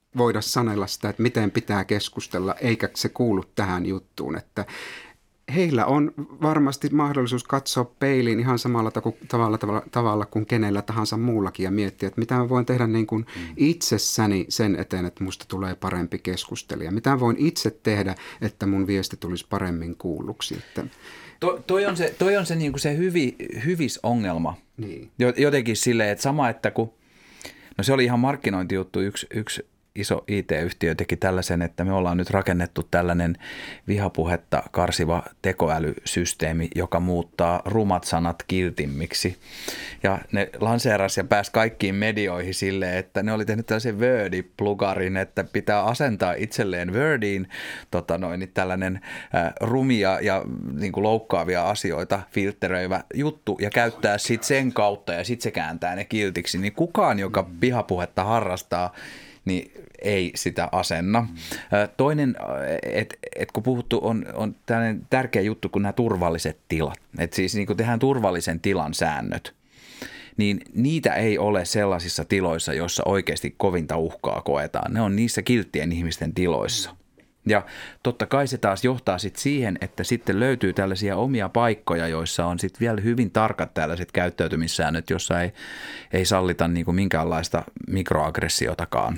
[SPEAKER 3] voida sanella sitä, että miten pitää keskustella, eikä se kuulu tähän juttuun, että heillä on varmasti mahdollisuus katsoa peiliin ihan samalla tavalla kuin kenellä tahansa muullakin ja miettiä, että mitä mä voin tehdä niin kuin itsessäni sen eteen, että musta tulee parempi keskustelija. Mitä mä voin itse tehdä, että mun viesti tulisi paremmin kuulluksi. Että
[SPEAKER 4] Toi on se, niin kuin se hyvis ongelma.
[SPEAKER 3] niin.
[SPEAKER 4] Jotenkin silleen, että sama, että kun, no se oli ihan markkinointijuttu, yksi iso IT-yhtiö teki tällaisen, että me ollaan nyt rakennettu tällainen vihapuhetta karsiva tekoälysysteemi, joka muuttaa rumat sanat kiltimmiksi. Ja ne lanseerasi ja pääsi kaikkiin medioihin silleen, että ne oli tehnyt tällaisen Wordi-plugarin, että pitää asentaa itselleen Wordiin tällainen rumia ja niin kuin loukkaavia asioita filtteröivä juttu ja käyttää sitten sen kautta ja sitten se kääntää ne kiltiksi. Niin kukaan, joka vihapuhetta harrastaa, niin ei sitä asenna. Toinen, että kun puhuttu, on tällainen tärkeä juttu kuin nämä turvalliset tilat. Että siis niin kun tehdään turvallisen tilan säännöt, niin niitä ei ole sellaisissa tiloissa, joissa oikeasti kovinta uhkaa koetaan. Ne on niissä kilttien ihmisten tiloissa. Ja totta kai se taas johtaa sitten siihen, että sitten löytyy tällaisia omia paikkoja, joissa on sitten vielä hyvin tarkat tällaiset käyttäytymissäännöt, jossa ei sallita niin kuin minkäänlaista mikroaggressiotakaan.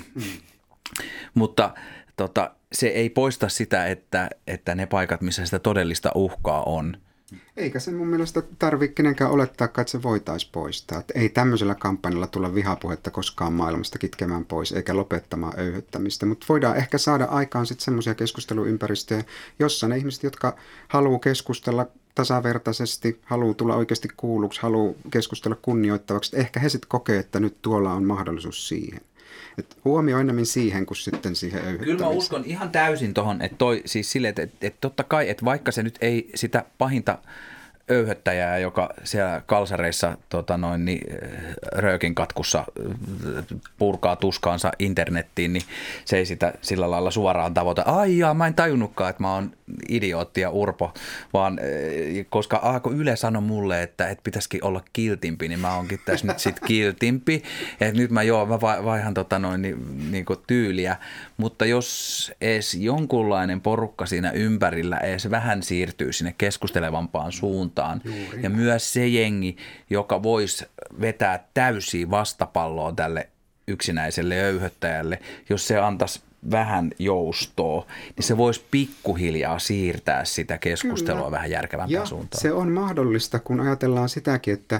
[SPEAKER 4] Mutta se ei poista sitä, että ne paikat, missä sitä todellista uhkaa on.
[SPEAKER 3] Eikä se mun mielestä tarvitse kenenkään olettaakaan, että se voitaisiin poistaa. Että ei tämmöisellä kampanjalla tulla vihapuhetta koskaan maailmasta kitkemään pois, eikä lopettamaan öyhöttämistä. Mutta voidaan ehkä saada aikaan sitten semmoisia keskusteluympäristöjä, jossa ne ihmiset, jotka haluaa keskustella tasavertaisesti, haluaa tulla oikeasti kuulluksi, haluaa keskustella kunnioittavaksi, ehkä he sitten kokee, että nyt tuolla on mahdollisuus siihen. Et huomio enemmän siihen kuin sitten siihen öyhöttämiseen.
[SPEAKER 4] Kyllä mä uskon ihan täysin tuohon, että siis silleen, että totta kai, että vaikka se nyt ei sitä pahinta öyhöttäjää, joka siellä kalsareissa röökin katkussa purkaa tuskaansa internettiin, niin se ei sitä sillä lailla suoraan tavoita. Ai jaa, mä en tajunnutkaan, että mä oon idiootti ja urpo, vaan koska kun Yle sanoi mulle, että pitäisikin olla kiltimpi, niin mä oonkin tässä nyt sit kiltimpi. Et nyt mä vaihan niin tyyliä, mutta jos edes jonkunlainen porukka siinä ympärillä edes vähän siirtyy sinne keskustelevampaan suuntaan, ja myös se jengi, joka voisi vetää täysiä vastapalloa tälle yksinäiselle öyhöttäjälle, jos se antaisi vähän joustoa, niin se voisi pikkuhiljaa siirtää sitä keskustelua vähän järkevämpään suuntaan.
[SPEAKER 3] Se on mahdollista, kun ajatellaan sitäkin, että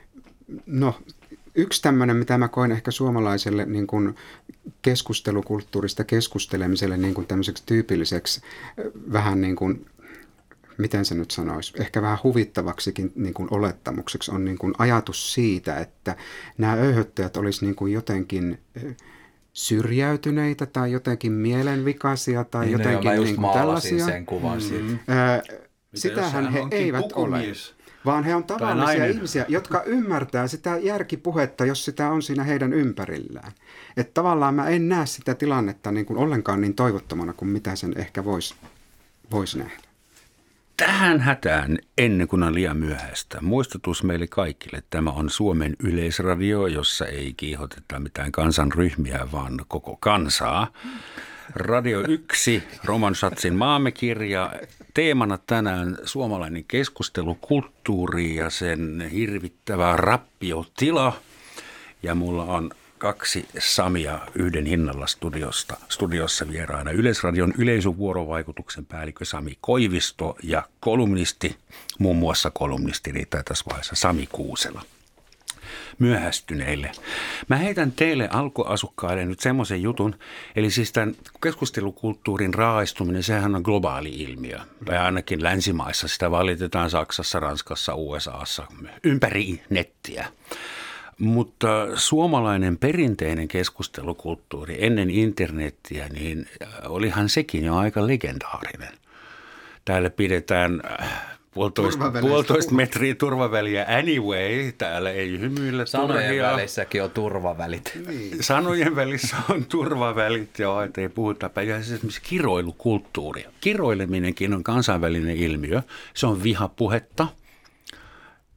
[SPEAKER 3] yksi tämmöinen, mitä mä koen ehkä suomalaiselle niin kuin keskustelukulttuurista keskustelemiselle niin kuin tämmöiseksi tyypilliseksi vähän niin kuin, miten se nyt sanoisi, ehkä vähän huvittavaksikin niin kuin olettamukseksi on niin kuin ajatus siitä, että nämä öyhöttäjät olisi niin kuin jotenkin syrjäytyneitä tai jotenkin mielenvikaisia tai
[SPEAKER 4] niin,
[SPEAKER 3] jotenkin niin kuin tällaisia.
[SPEAKER 4] Sen kuvan siitä.
[SPEAKER 3] Sitähän he eivät ole, vaan he on tavallisia ihmisiä, jotka ymmärtää sitä järkipuhetta, jos sitä on siinä heidän ympärillään. Että tavallaan mä en näe sitä tilannetta niin kuin ollenkaan niin toivottomana kuin mitä sen ehkä voisi nähdä.
[SPEAKER 2] Tähän hätään ennen kuin on liian myöhäistä. Muistutus meille kaikille. Tämä on Suomen Yleisradio, jossa ei kiihoteta mitään kansanryhmiä, vaan koko kansaa. Radio 1, Roman Schatzin Maamme-kirja. Teemana tänään suomalainen keskustelukulttuuri ja sen hirvittävä rappiotila. Ja mulla on 2 Samia yhden hinnalla studiossa vieraana. Yleisradion yleisövuorovaikutuksen päällikkö Sami Koivisto ja kolumnisti, muun muassa kolumnisti riittää tässä vaiheessa Sami Kuusela. Myöhästyneille. Mä heitän teille alkuasukkaille nyt semmoisen jutun, eli siis tämän keskustelukulttuurin raaistuminen, sehän on globaali ilmiö. Tai ainakin länsimaissa sitä valitetaan Saksassa, Ranskassa, USAssa, ympäri nettiä. Mutta suomalainen perinteinen keskustelukulttuuri ennen internettiä, niin olihan sekin jo aika legendaarinen. Täällä pidetään puolitoista metriä turvaväliä anyway. Täällä ei hymyillä
[SPEAKER 4] Sanojen
[SPEAKER 2] turhia.
[SPEAKER 4] välissäkin on turvavälit.
[SPEAKER 3] Niin.
[SPEAKER 2] Sanojen välissä on turvavälit ja ei puhuta. Ja esimerkiksi kiroilukulttuuria. Kiroileminenkin on kansainvälinen ilmiö. Se on vihapuhetta.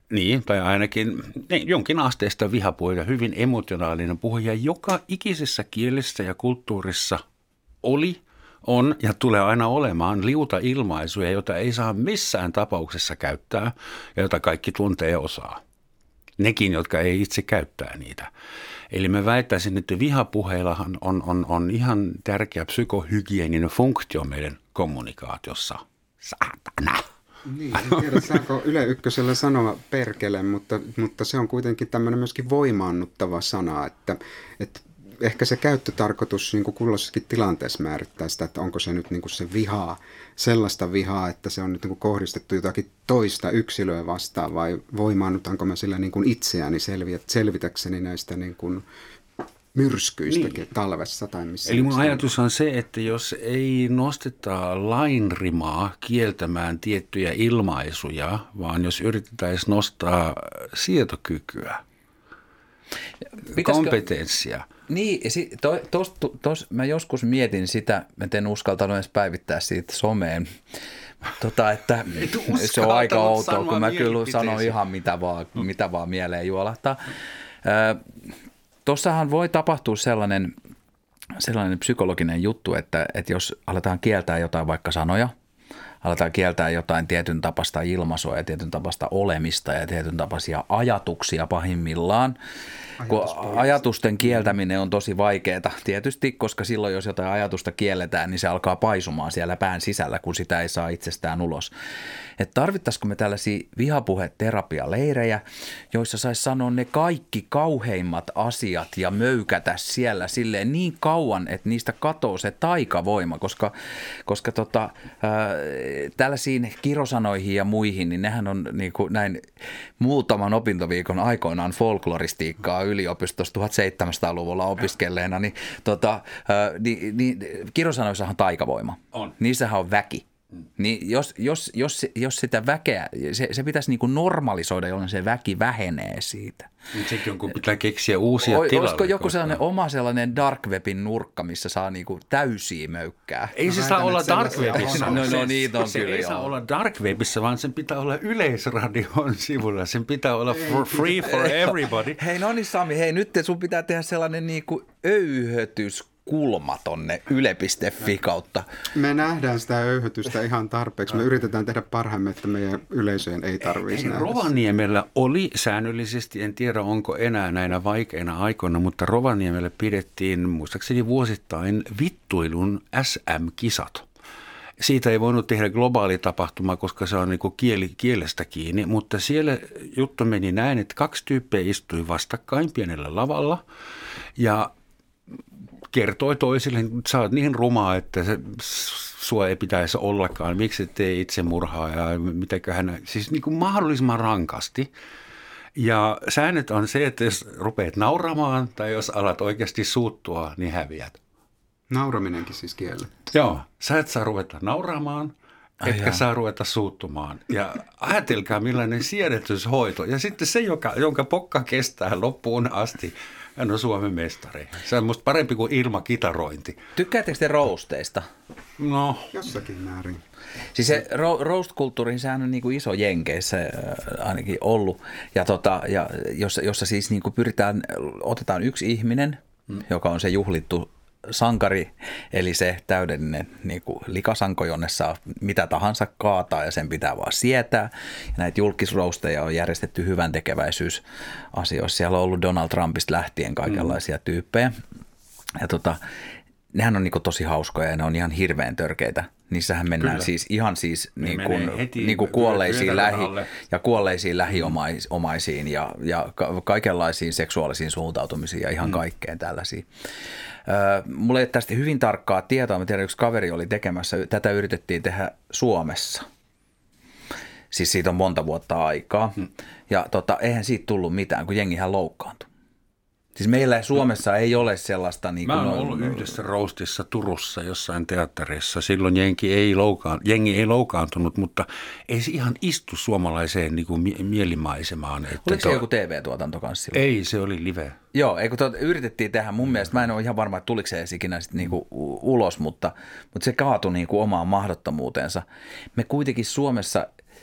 [SPEAKER 2] Niin, tai ainakin jonkin asteista vihapuhe ja hyvin emotionaalinen puhuja joka ikisessä kielessä ja kulttuurissa oli, on ja tulee aina olemaan liuta ilmaisuja, joita ei saa missään tapauksessa käyttää ja jota kaikki tuntee ja osaa. Nekin, jotka ei itse käyttää niitä. Eli mä väittäisin, että vihapuheillahan on ihan tärkeä psykohygieninen funktio meidän kommunikaatiossa. Saatana!
[SPEAKER 3] Niin, en tiedä saako Yle Ykkösellä sanoa perkele, mutta se on kuitenkin tämmöinen myöskin voimaannuttava sana, että ehkä se käyttötarkoitus niin kuin kulloisessakin tilanteessa määrittää sitä, että onko se nyt niin kuin se vihaa, sellaista vihaa, että se on nyt niin kuin kohdistettu jotakin toista yksilöä vastaan vai voimaannutanko mä sillä niin kuin itseäni selvitäkseni näistä niin kuin myrskyistäkin talvessa tai missä.
[SPEAKER 2] Eli mun ajatus on se, että jos ei nosteta lainrimaa kieltämään tiettyjä ilmaisuja, vaan jos yritetään nostaa sietokykyä, kompetenssia.
[SPEAKER 4] Niin, mä joskus mietin sitä, että en uskaltanut edes päivittää siitä someen, että se on aika outoa, kun mä kyllä sanon ihan mitä vaan mieleen juolahtaa. Tuossahan voi tapahtua sellainen psykologinen juttu, että jos aletaan kieltää jotain vaikka sanoja, aletaan kieltää jotain tietyn tapasta ilmaisua ja tietyn tapasta olemista ja tietyn tapaisia ajatuksia pahimmillaan. Kun ajatusten kieltäminen on tosi vaikeaa tietysti, koska silloin jos jotain ajatusta kielletään, niin se alkaa paisumaan siellä pään sisällä, kun sitä ei saa itsestään ulos. Että tarvittaisiko me tällaisia vihapuheterapialeirejä, joissa saisi sanoa ne kaikki kauheimmat asiat ja möykätä siellä silleen niin kauan, että niistä katoo se taikavoima, koska tällaisiin kirosanoihin ja muihin, niin nehän on niin kuin näin muutaman opintoviikon aikoinaan folkloristiikkaa yliopistossa 1700-luvulla opiskelleena, niin kirosanoissahan on taikavoima. On. Niissähän on väki. Niin jos sitä väkeä, se pitäisi niin kuin normalisoida, jolloin se väki vähenee siitä.
[SPEAKER 2] Sekin on, kun pitää keksiä uusia tilalle.
[SPEAKER 4] Olisiko joku sellainen dark webin nurkka, missä saa niin kuin täysiä möykkää?
[SPEAKER 2] Ei se saa olla dark webissä.
[SPEAKER 4] Niitä on
[SPEAKER 2] se
[SPEAKER 4] kyllä.
[SPEAKER 2] Ei saa olla dark webissä, vaan sen pitää olla Yleisradion sivulla. Sen pitää olla free for everybody.
[SPEAKER 4] Hei no niin Sami, nyt sun pitää tehdä sellainen niin kuin öyhötyskulma tonne yle.fi kautta.
[SPEAKER 3] Me nähdään sitä öyhötystä ihan tarpeeksi. Me yritetään tehdä parhaamme, että meidän yleisöjen ei tarvitsisi nähdä.
[SPEAKER 2] Rovaniemellä oli säännöllisesti, en tiedä onko enää näinä vaikeina aikoina, mutta Rovaniemellä pidettiin muistaakseni vuosittain vittuilun SM-kisat. Siitä ei voinut tehdä globaali tapahtuma, koska se on niin kuin kielestä kiinni, mutta siellä juttu meni näin, että 2 tyyppiä istui vastakkain pienellä lavalla ja kertoi toisille, että sä oot niin rumaa, että sua ei pitäisi ollakaan, miksi et tee itsemurhaa ja mitäköhän, siis niin kuin mahdollisimman rankasti. Ja säännöt on se, että jos rupeat nauramaan tai jos alat oikeasti suuttua, niin häviät.
[SPEAKER 3] Nauraminenkin siis kielletty.
[SPEAKER 2] Joo, sä et saa ruveta nauramaan, etkä saa ruveta suuttumaan. Ja ajatelkaa millainen siedätyshoito. Ja sitten se, jonka pokka kestää loppuun asti, hän on Suomen mestari. Se on musta parempi kuin ilmakitarointi.
[SPEAKER 4] Tykkäättekö te roasteista?
[SPEAKER 2] No.
[SPEAKER 3] Jossakin määrin.
[SPEAKER 4] Siis se roast-kulttuuri, sehän on niin kuin iso Jenkeissä ainakin ollut. Ja jossa siis niin kuin otetaan yksi ihminen, joka on se juhlittu sankari, eli se täydellinen niin kuin likasanko, jonne saa mitä tahansa kaataa ja sen pitää vaan sietää. Ja näitä julkisrousteja on järjestetty hyvän tekeväisyysasioissa. Siellä on ollut Donald Trumpista lähtien kaikenlaisia tyyppejä. Ja nehän on niin kuin tosi hauskoja ja ne on ihan hirveän törkeitä. Niissähän mennään siis ihan siis niin kuin kuolleisiin lähiomaisiin ja kaikenlaisiin seksuaalisiin suuntautumisiin ja ihan kaikkeen tällaisiin. Mulla ei ole tästä hyvin tarkkaa tietoa. Mä tiedän, yksi kaveri oli tekemässä. Tätä yritettiin tehdä Suomessa. Siis siitä on monta vuotta aikaa. Ja eihän siitä tullut mitään, kun jengihän loukkaantui. Siis meillä Suomessa ei ole sellaista... Niin
[SPEAKER 2] mä oon ollut yhdessä roastissa Turussa jossain teatterissa. Silloin jengi ei loukaantunut, mutta ei se ihan istu suomalaiseen niin kuin mielimaisemaan.
[SPEAKER 4] Oliko se joku TV-tuotanto kanssa silloin?
[SPEAKER 2] Ei, se oli live.
[SPEAKER 4] Joo, yritettiin tehdä mun mielestä. Mä en ole ihan varma, että tuliko se edes ikinä sit niinku ulos, mutta se kaatui niinku omaan mahdottomuutensa. Me kuitenkin Suomessa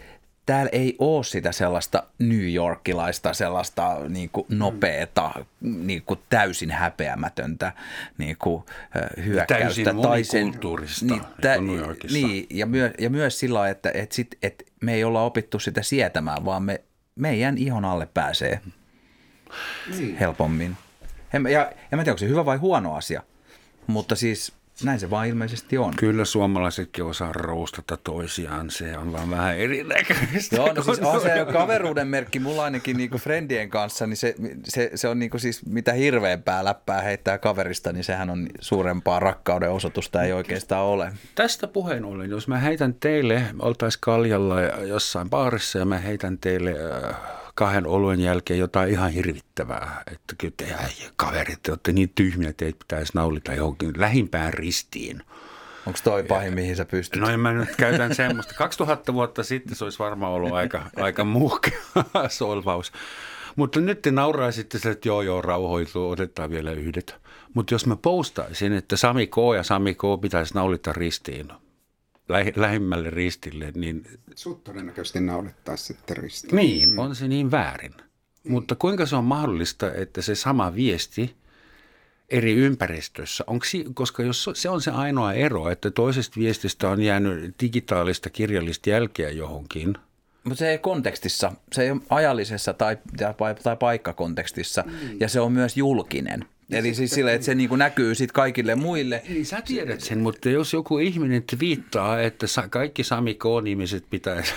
[SPEAKER 4] täällä ei ole sitä sellaista New Yorkilaista, sellaista niin kuin nopeata, niin kuin täysin häpeämätöntä niin kuin hyökkäystä.
[SPEAKER 2] Täysin monikulttuurista, niin kuin New Yorkissa.
[SPEAKER 4] Niin, ja myös sillä lailla, että me ei olla opittu sitä sietämään, vaan meidän ihon alle pääsee helpommin. Ja mä en tiedä, onko se hyvä vai huono asia, mutta siis näin se vaan ilmeisesti on.
[SPEAKER 2] Kyllä suomalaisetkin osaa roustata toisiaan, se on vaan vähän erinäköistä.
[SPEAKER 4] Joo, no siis on se kaveruuden merkki mulla ainakin niinku friendien kanssa, niin se on niinku siis mitä hirveämpää läppää heittää kaverista, niin sehän on suurempaa rakkauden osoitusta, ei oikeastaan ole.
[SPEAKER 2] Tästä puheen ollen, jos mä heitän teille, oltais Kaljalla jossain baarissa ja mä heitän teille 2 oluen jälkeen jotain ihan hirvittävää, että kyllä te kaverit, te olette niin tyhmiä, että teitä pitäisi naulita johonkin lähimpään ristiin.
[SPEAKER 4] Onko toi pahin, mihin sä pystyt?
[SPEAKER 2] No en mä nyt käytän semmoista. 2000 vuotta sitten se olisi varmaan ollut aika muhkea solvaus. Mutta nyt te nauraisitte sille, että joo, rauhoituu, otetaan vielä yhdet. Mutta jos mä postaisin, että Sami K ja Sami K pitäisi naulita ristiin, lähimmälle ristille, niin
[SPEAKER 3] sut todennäköisesti naulittaisi sitten ristiin.
[SPEAKER 2] Niin, on se niin väärin. Mutta kuinka se on mahdollista, että se sama viesti eri ympäristössä, koska jos se on se ainoa ero, että toisesta viestistä on jäänyt digitaalista kirjallista jälkeä johonkin.
[SPEAKER 4] Mutta se ei kontekstissa, se ei ole ajallisessa tai paikkakontekstissa ja se on myös julkinen. Eli siis silleen, että se niin kuin näkyy sitten kaikille muille.
[SPEAKER 2] Niin sä tiedät sen, mutta jos joku ihminen viittaa, että kaikki Sami K-nimiset pitäisi.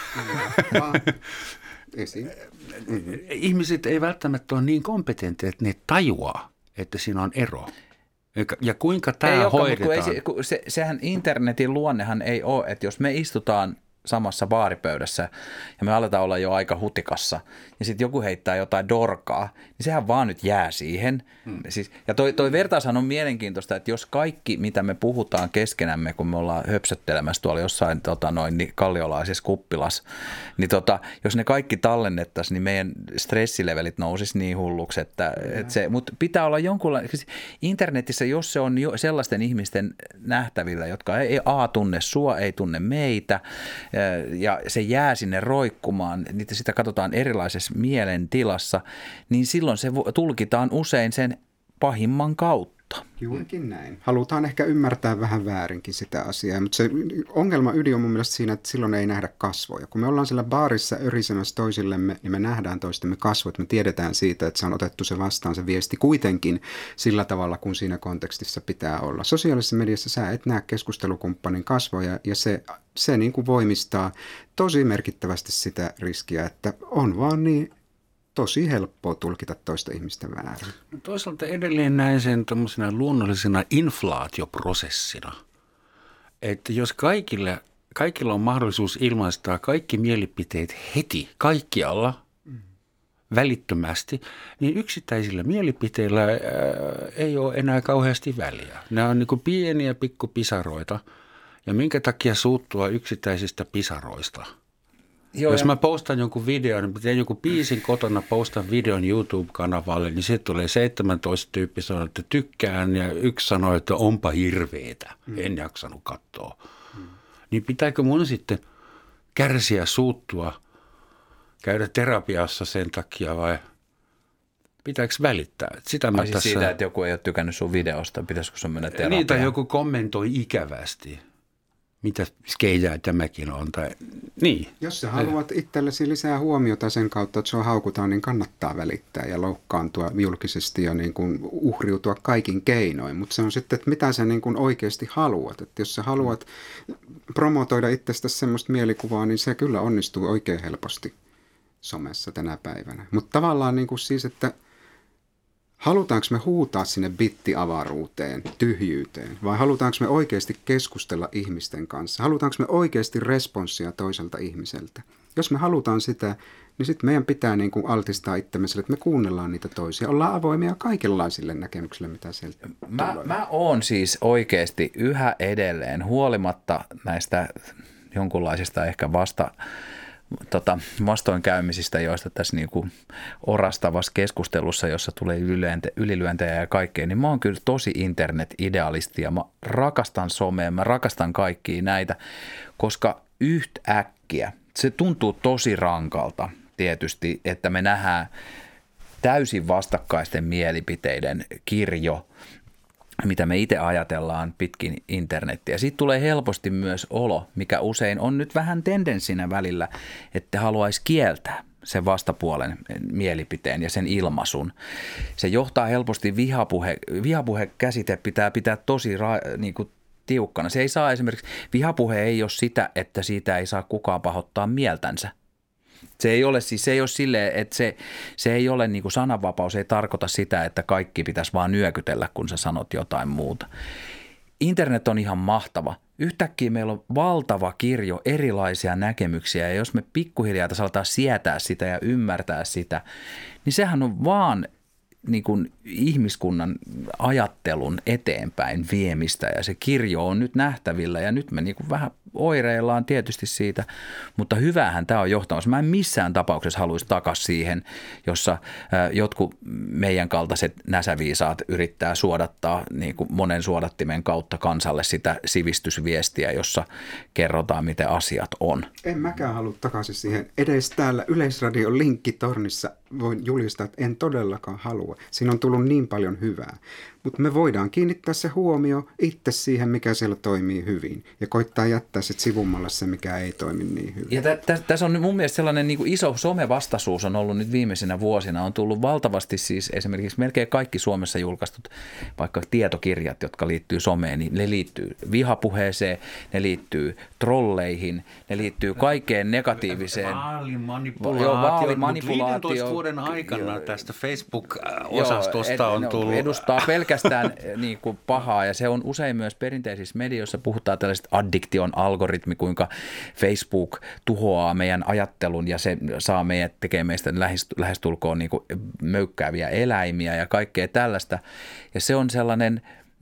[SPEAKER 2] Ihmiset ei välttämättä ole niin kompetentteja, että ne tajuaa, että siinä on ero. Ja kuinka tämä hoidetaan?
[SPEAKER 4] Sehän internetin luonnehan ei ole, että jos me istutaan samassa baaripöydässä ja me aletaan olla jo aika hutikassa ja sitten joku heittää jotain dorkaa, niin sehän vaan nyt jää siihen. Siis, ja toi vertaushan on mielenkiintoista, että jos kaikki, mitä me puhutaan keskenämme, kun me ollaan höpsöttelemässä tuolla jossain niin kalliolaisessa kuppilas, niin jos ne kaikki tallennettaisiin, niin meidän stressilevelit nousisi niin hulluksi, että se, mutta pitää olla jonkunlainen, siis internetissä, jos se on jo sellaisten ihmisten nähtävillä, jotka ei tunne sua, ei tunne meitä, ja se jää sinne roikkumaan, niitä sitä katsotaan erilaisessa mielentilassa, niin silloin se tulkitaan usein sen pahimman kautta.
[SPEAKER 3] Juurikin näin. Halutaan ehkä ymmärtää vähän väärinkin sitä asiaa, mutta se ongelma ydin on mun mielestä siinä, että silloin ei nähdä kasvoja. Kun me ollaan siellä baarissa örisemässä toisillemme, niin me nähdään toistemme kasvot. Me tiedetään siitä, että se on otettu se vastaan se viesti kuitenkin sillä tavalla, kun siinä kontekstissa pitää olla. Sosiaalisessa mediassa sä et näe keskustelukumppanin kasvoja ja se niin kuin voimistaa tosi merkittävästi sitä riskiä, että on vaan niin tosi helppoa tulkita toista ihmistä väärin.
[SPEAKER 2] Toisaalta edelleen näin sen tämmöisenä luonnollisena inflaatioprosessina, että jos kaikilla on mahdollisuus ilmaistaa kaikki mielipiteet heti, kaikkialla, välittömästi, niin yksittäisillä mielipiteillä ei ole enää kauheasti väliä. Nämä on niin kuin pieniä pikkupisaroita, ja minkä takia suuttua yksittäisistä pisaroista? Joo, jos mä postan jonkun videon, niin teen jonkun biisin kotona, postan videon YouTube-kanavalle, niin sitten tulee 17 tyyppiä sanoo, että tykkään, ja yksi sanoo, että onpa hirveetä, en jaksanut katsoa. Niin pitääkö mun sitten kärsiä, suuttua, käydä terapiassa sen takia vai pitääkö välittää? Sitä mä tässä...
[SPEAKER 4] siitä, että joku ei ole tykännyt sun videosta, pitäisikö sun mennä terapiaan?
[SPEAKER 2] Niitä joku kommentoi ikävästi. Mitä skeijää tämäkin on. Tai, niin.
[SPEAKER 3] Jos sä haluat itsellesi lisää huomiota sen kautta, että sua haukutaan, niin kannattaa välittää ja loukkaantua julkisesti ja niin kuin uhriutua kaikin keinoin. Mutta se on sitten, että mitä sä niin kuin oikeasti haluat. Että jos sä haluat promotoida itsestäsi semmoista mielikuvaa, niin se kyllä onnistuu oikein helposti somessa tänä päivänä. Mutta tavallaan niin kuin siis, että halutaanko me huutaa sinne bittiavaruuteen, tyhjyyteen, vai halutaanko me oikeasti keskustella ihmisten kanssa? Halutaanko me oikeasti responssia toiselta ihmiseltä? Jos me halutaan sitä, niin sitten meidän pitää niin kuin altistaa itsemme sille, että me kuunnellaan niitä toisia. Ollaan avoimia kaikenlaisille näkemyksille, mitä sieltä tulee.
[SPEAKER 4] Mä oon siis oikeasti yhä edelleen, huolimatta näistä jonkunlaisista ehkä vastoinkäymisistä, joista tässä niinku orastavassa keskustelussa, jossa tulee ylilyöntejä ja kaikkea, niin mä oon kyllä tosi internet-idealisti ja mä rakastan somea, mä rakastan kaikkia näitä, koska yhtäkkiä se tuntuu tosi rankalta tietysti, että me nähdään täysin vastakkaisten mielipiteiden kirjo, mitä me itse ajatellaan pitkin internettiä. Siitä tulee helposti myös olo, mikä usein on nyt vähän tendenssinä välillä, että haluaisi kieltää sen vastapuolen mielipiteen ja sen ilmaisun. Se johtaa helposti vihapuhe-käsite pitää tosi niin kuin tiukkana. Se ei saa esimerkiksi, vihapuhe ei ole sitä, että siitä ei saa kukaan pahoittaa mieltänsä. Se ei ole silleen, että se ei ole niin kuin sananvapaus, ei tarkoita sitä, että kaikki pitäisi vaan nyökytellä, kun sä sanot jotain muuta. Internet on ihan mahtava. Yhtäkkiä meillä on valtava kirjo erilaisia näkemyksiä ja jos me pikkuhiljaa aletaan sietää sitä ja ymmärtää sitä, niin sehän on vaan niin kuin ihmiskunnan ajattelun eteenpäin viemistä ja se kirjo on nyt nähtävillä ja nyt me niin kuin vähän oireillaan tietysti siitä, mutta hyvähän tämä on johtamassa. Mä en missään tapauksessa haluaisi takaisin siihen, jossa jotkut meidän kaltaiset näsäviisaat yrittää suodattaa niin kuin monen suodattimen kautta kansalle sitä sivistysviestiä, jossa kerrotaan, miten asiat on.
[SPEAKER 3] En mäkään halua takaisin siihen. Edes täällä Yleisradion linkkitornissa voin julistaa, että en todellakaan halua. Siinä on tullut niin paljon hyvää. Mutta me voidaan kiinnittää se huomio itse siihen, mikä siellä toimii hyvin. Ja koittaa jättää sitten sivummalle se, mikä ei toimi niin hyvin.
[SPEAKER 4] Ja tässä on mun mielestä sellainen niin kuin iso somevastaisuus on ollut nyt viimeisinä vuosina. On tullut valtavasti siis esimerkiksi melkein kaikki Suomessa julkaistut vaikka tietokirjat, jotka liittyy someen, niin ne liittyy vihapuheeseen, ne liittyy trolleihin, ne liittyy kaikkeen negatiiviseen.
[SPEAKER 2] Vaalimanipulaatio. 15 vuoden aikana tästä Facebook-osastosta on tullut.
[SPEAKER 4] Edustaa pelkästään niin kuin pahaa ja se on usein myös perinteisissä medioissa puhutaan tällaisesta addiktion algoritmi, kuinka Facebook tuhoaa meidän ajattelun ja se saa meidät tekee meistä lähestulkoon niin kuin möykkääviä eläimiä ja kaikkea tällaista ja se on sellainen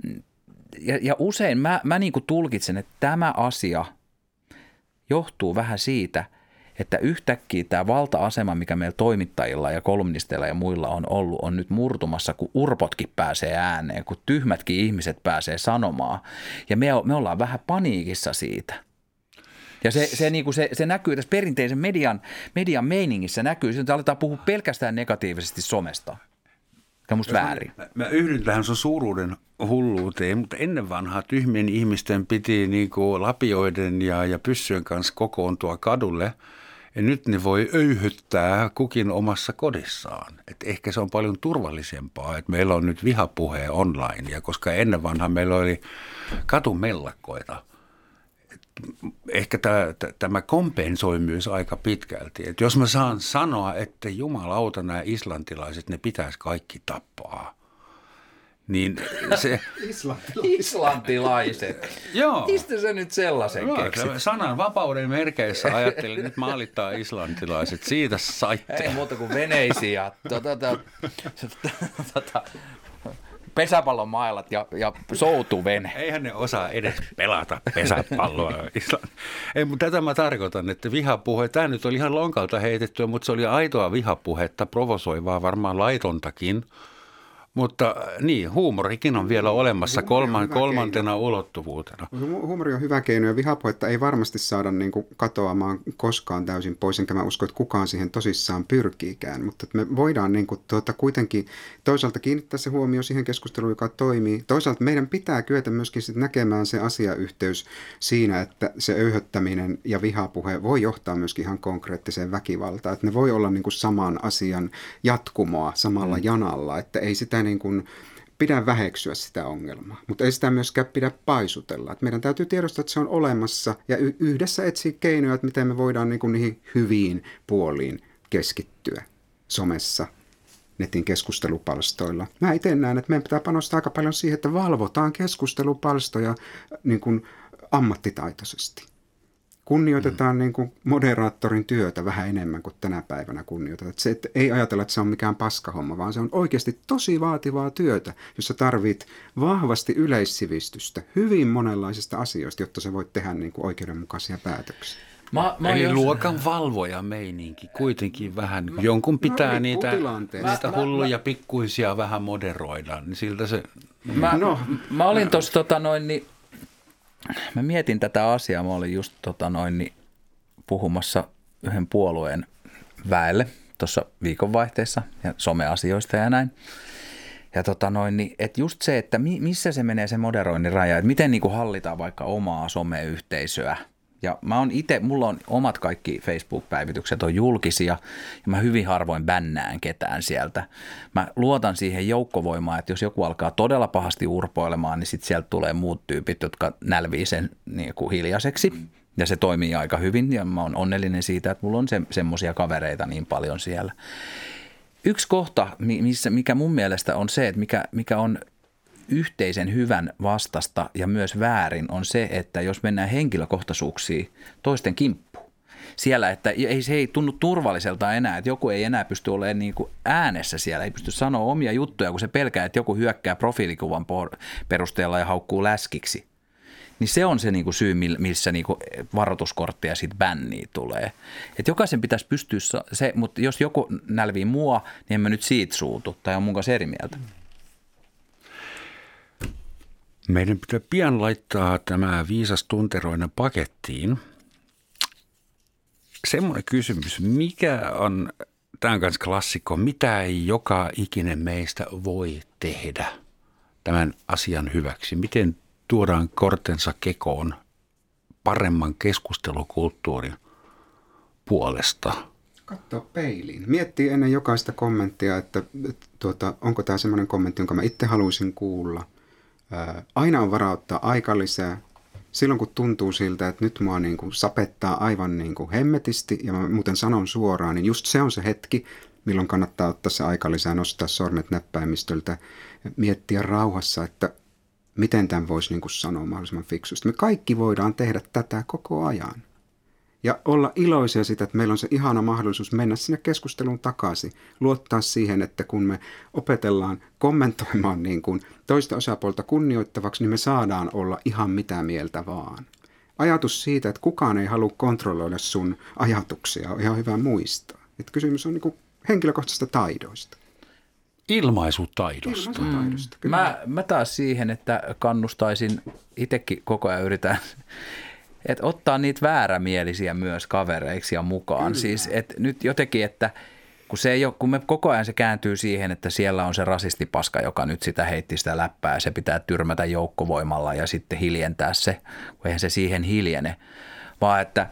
[SPEAKER 4] ja usein mä niin kuin tulkitsen, että tämä asia johtuu vähän siitä, että yhtäkkiä tämä valta-asema, mikä meillä toimittajilla ja kolumnisteilla ja muilla on ollut, on nyt murtumassa, kun urpotkin pääsee ääneen, kun tyhmätkin ihmiset pääsee sanomaan. Ja me ollaan vähän paniikissa siitä. Ja se näkyy tässä perinteisen median meiningissä, näkyy, että aletaan puhua pelkästään negatiivisesti somesta. Ja musta väärin.
[SPEAKER 2] Mä yhdyn tähän sun suuruuden hulluuteen, mutta ennen vanhaa tyhmien ihmisten piti niinku lapioiden ja pyssyjen kanssa kokoontua kadulle. Ja nyt ne voi öyhyttää kukin omassa kodissaan. Et ehkä se on paljon turvallisempaa, että meillä on nyt vihapuhe online. Ja koska ennen vanhaa meillä oli katumellakoita. Ehkä tämä kompensoi myös aika pitkälti. Et jos mä saan sanoa, että jumalauta nämä islantilaiset, ne pitäisi kaikki tappaa. Niin se...
[SPEAKER 4] Islantilaiset.
[SPEAKER 2] Joo.
[SPEAKER 4] Mistä se nyt sellaisen keksit?
[SPEAKER 2] Sanan vapauden merkeissä ajattelin, nyt maalittaa islantilaiset. Siitä saitte.
[SPEAKER 4] Ei muuta kuin veneisiä. Pesäpallon mailat ja soutuvene.
[SPEAKER 2] Eihän ne osaa edes pelata pesäpalloa. Ei, mutta tätä mä tarkoitan, että vihapuhe, tämä nyt oli ihan lonkalta heitettyä, mutta se oli aitoa vihapuhetta, provosoivaa, varmaan laitontakin. Mutta niin, huumorikin on vielä olemassa kolmantena ulottuvuutena.
[SPEAKER 3] Huumori on hyvä keino ja vihapuhetta ei varmasti saada niin kuin katoamaan koskaan täysin pois, enkä mä usko, että kukaan siihen tosissaan pyrkiikään. Mutta me voidaan niin kuin kuitenkin toisaalta kiinnittää se huomio siihen keskusteluun, joka toimii. Toisaalta meidän pitää kyetä myöskin sit näkemään se asiayhteys siinä, että se öyhöttäminen ja vihapuhe voi johtaa myöskin ihan konkreettiseen väkivaltaan. Että ne voi olla niin kuin saman asian jatkumoa samalla janalla, että ei sitä niin kuin pidä väheksyä sitä ongelmaa, mutta ei sitä myöskään pidä paisutella. Että meidän täytyy tiedostaa, että se on olemassa ja yhdessä etsiä keinoja, että miten me voidaan niin kuin niihin hyviin puoliin keskittyä somessa, netin keskustelupalstoilla. Mä itse näen, että meidän pitää panostaa aika paljon siihen, että valvotaan keskustelupalstoja niin kuin ammattitaitoisesti. Kunnioitetaan niin kuin moderaattorin työtä vähän enemmän kuin tänä päivänä kunnioitetaan. Se, että ei ajatella, että se on mikään paskahomma, vaan se on oikeasti tosi vaativaa työtä, jossa tarvit vahvasti yleissivistystä hyvin monenlaisista asioista, jotta sä voit tehdä niin kuin oikeudenmukaisia päätöksiä.
[SPEAKER 2] Eli luokan valvoja meininki kuitenkin vähän. Jonkun pitää niitä hulluja pikkuisia vähän moderoida. Niin siltä se...
[SPEAKER 4] Mä olin tuossa mä mietin tätä asiaa. Mä olin just puhumassa yhden puolueen väelle tuossa viikonvaihteessa ja someasioista ja näin. Ja niin, että just se, että missä se menee se moderoinnin raja, että miten niin kuin hallitaan vaikka omaa someyhteisöä. Ja mä oon itse, mulla on omat kaikki Facebook-päivitykset on julkisia ja mä hyvin harvoin bännään ketään sieltä. Mä luotan siihen joukkovoimaan, että jos joku alkaa todella pahasti urpoilemaan, niin sitten sieltä tulee muut tyypit, jotka nälvii sen niin kuin hiljaiseksi. Ja se toimii aika hyvin ja mä oon onnellinen siitä, että mulla on semmoisia kavereita niin paljon siellä. Yksi kohta, mikä mun mielestä on se, että mikä on yhteisen hyvän vastasta ja myös väärin, on se, että jos mennään henkilökohtaisuuksiin toisten kimppuun. Siellä, että se ei tunnu turvalliselta enää, että joku ei enää pysty olemaan niin kuin äänessä siellä, ei pysty sanoa omia juttuja, kun se pelkää, että joku hyökkää profiilikuvan perusteella ja haukkuu läskiksi. Niin se on se niinku syy, missä niinku varoituskortti ja sitten bänniä tulee. Et jokaisen pitäisi pystyä se, mutta jos joku nälvii mua, niin en mä nyt siitä suutu tai on mun kanssa eri mieltä.
[SPEAKER 2] Meidän pitää pian laittaa tämä viisas tunteroinen pakettiin. Semmoinen kysymys, mikä on tämän kanssa klassikko, mitä ei joka ikinen meistä voi tehdä tämän asian hyväksi? Miten tuodaan kortensa kekoon paremman keskustelukulttuurin puolesta?
[SPEAKER 3] Katsoa peiliin. Miettii ennen jokaista kommenttia, että onko tämä semmoinen kommentti, jonka mä itse haluaisin kuulla. Aina on varaa ottaa aika lisää. Silloin kun tuntuu siltä, että nyt mua niin kuin sapettaa aivan niin kuin hemmetisti, ja mä muuten sanon suoraan, niin just se on se hetki, milloin kannattaa ottaa se aika lisää, nostaa sormet näppäimistöltä, miettiä rauhassa, että miten tämän voisi niin kuin sanoa mahdollisimman fiksusti. Me kaikki voidaan tehdä tätä koko ajan. Ja olla iloisia siitä, että meillä on se ihana mahdollisuus mennä sinne keskusteluun takaisin. Luottaa siihen, että kun me opetellaan kommentoimaan niin kuin toista osapuolta kunnioittavaksi, niin me saadaan olla ihan mitä mieltä vaan. Ajatus siitä, että kukaan ei halua kontrolloida sun ajatuksia, on ihan hyvä muistaa. Että kysymys on niin kuin henkilökohtaisista taidoista.
[SPEAKER 2] Ilmaisutaidosta.
[SPEAKER 4] Mä taas siihen, että kannustaisin, itsekin koko ajan yritän, että ottaa niitä väärämielisiä myös kavereiksi ja mukaan. Kyllä. Siis että nyt jotenkin, että kun me koko ajan se kääntyy siihen, että siellä on se rasistipaska, joka nyt sitä heitti sitä läppää, se pitää tyrmätä joukkovoimalla ja sitten hiljentää se, kun eihän se siihen hiljene, vaan että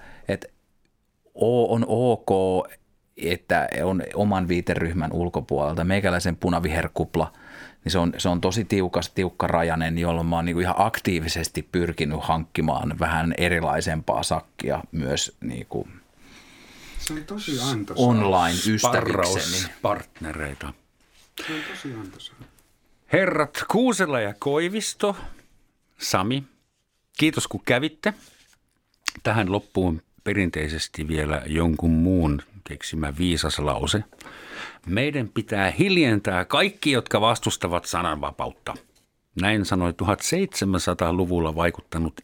[SPEAKER 4] on ok, että on oman viiteryhmän ulkopuolelta. Meikäläisen punaviherkupla, niin se on tosi tiukkarajainen, jolloin mä oon niin kuin ihan aktiivisesti pyrkinyt hankkimaan vähän erilaisempaa sakkia myös niin kuin
[SPEAKER 3] se on tosi antoisaa.
[SPEAKER 4] Online-ystävikseni.
[SPEAKER 2] Partnereita.
[SPEAKER 3] Se on tosi antoisaa.
[SPEAKER 2] Herrat Kuusela ja Koivisto, Sami, kiitos kun kävitte. Tähän loppuun perinteisesti vielä jonkun muun keksimä viisas lause. Meidän pitää hiljentää kaikki, jotka vastustavat sananvapautta. Näin sanoi 1700-luvulla vaikuttanut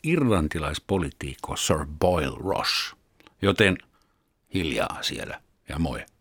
[SPEAKER 2] irlantilaispoliitikko Sir Boyle Roche. Joten hiljaa siellä ja moi.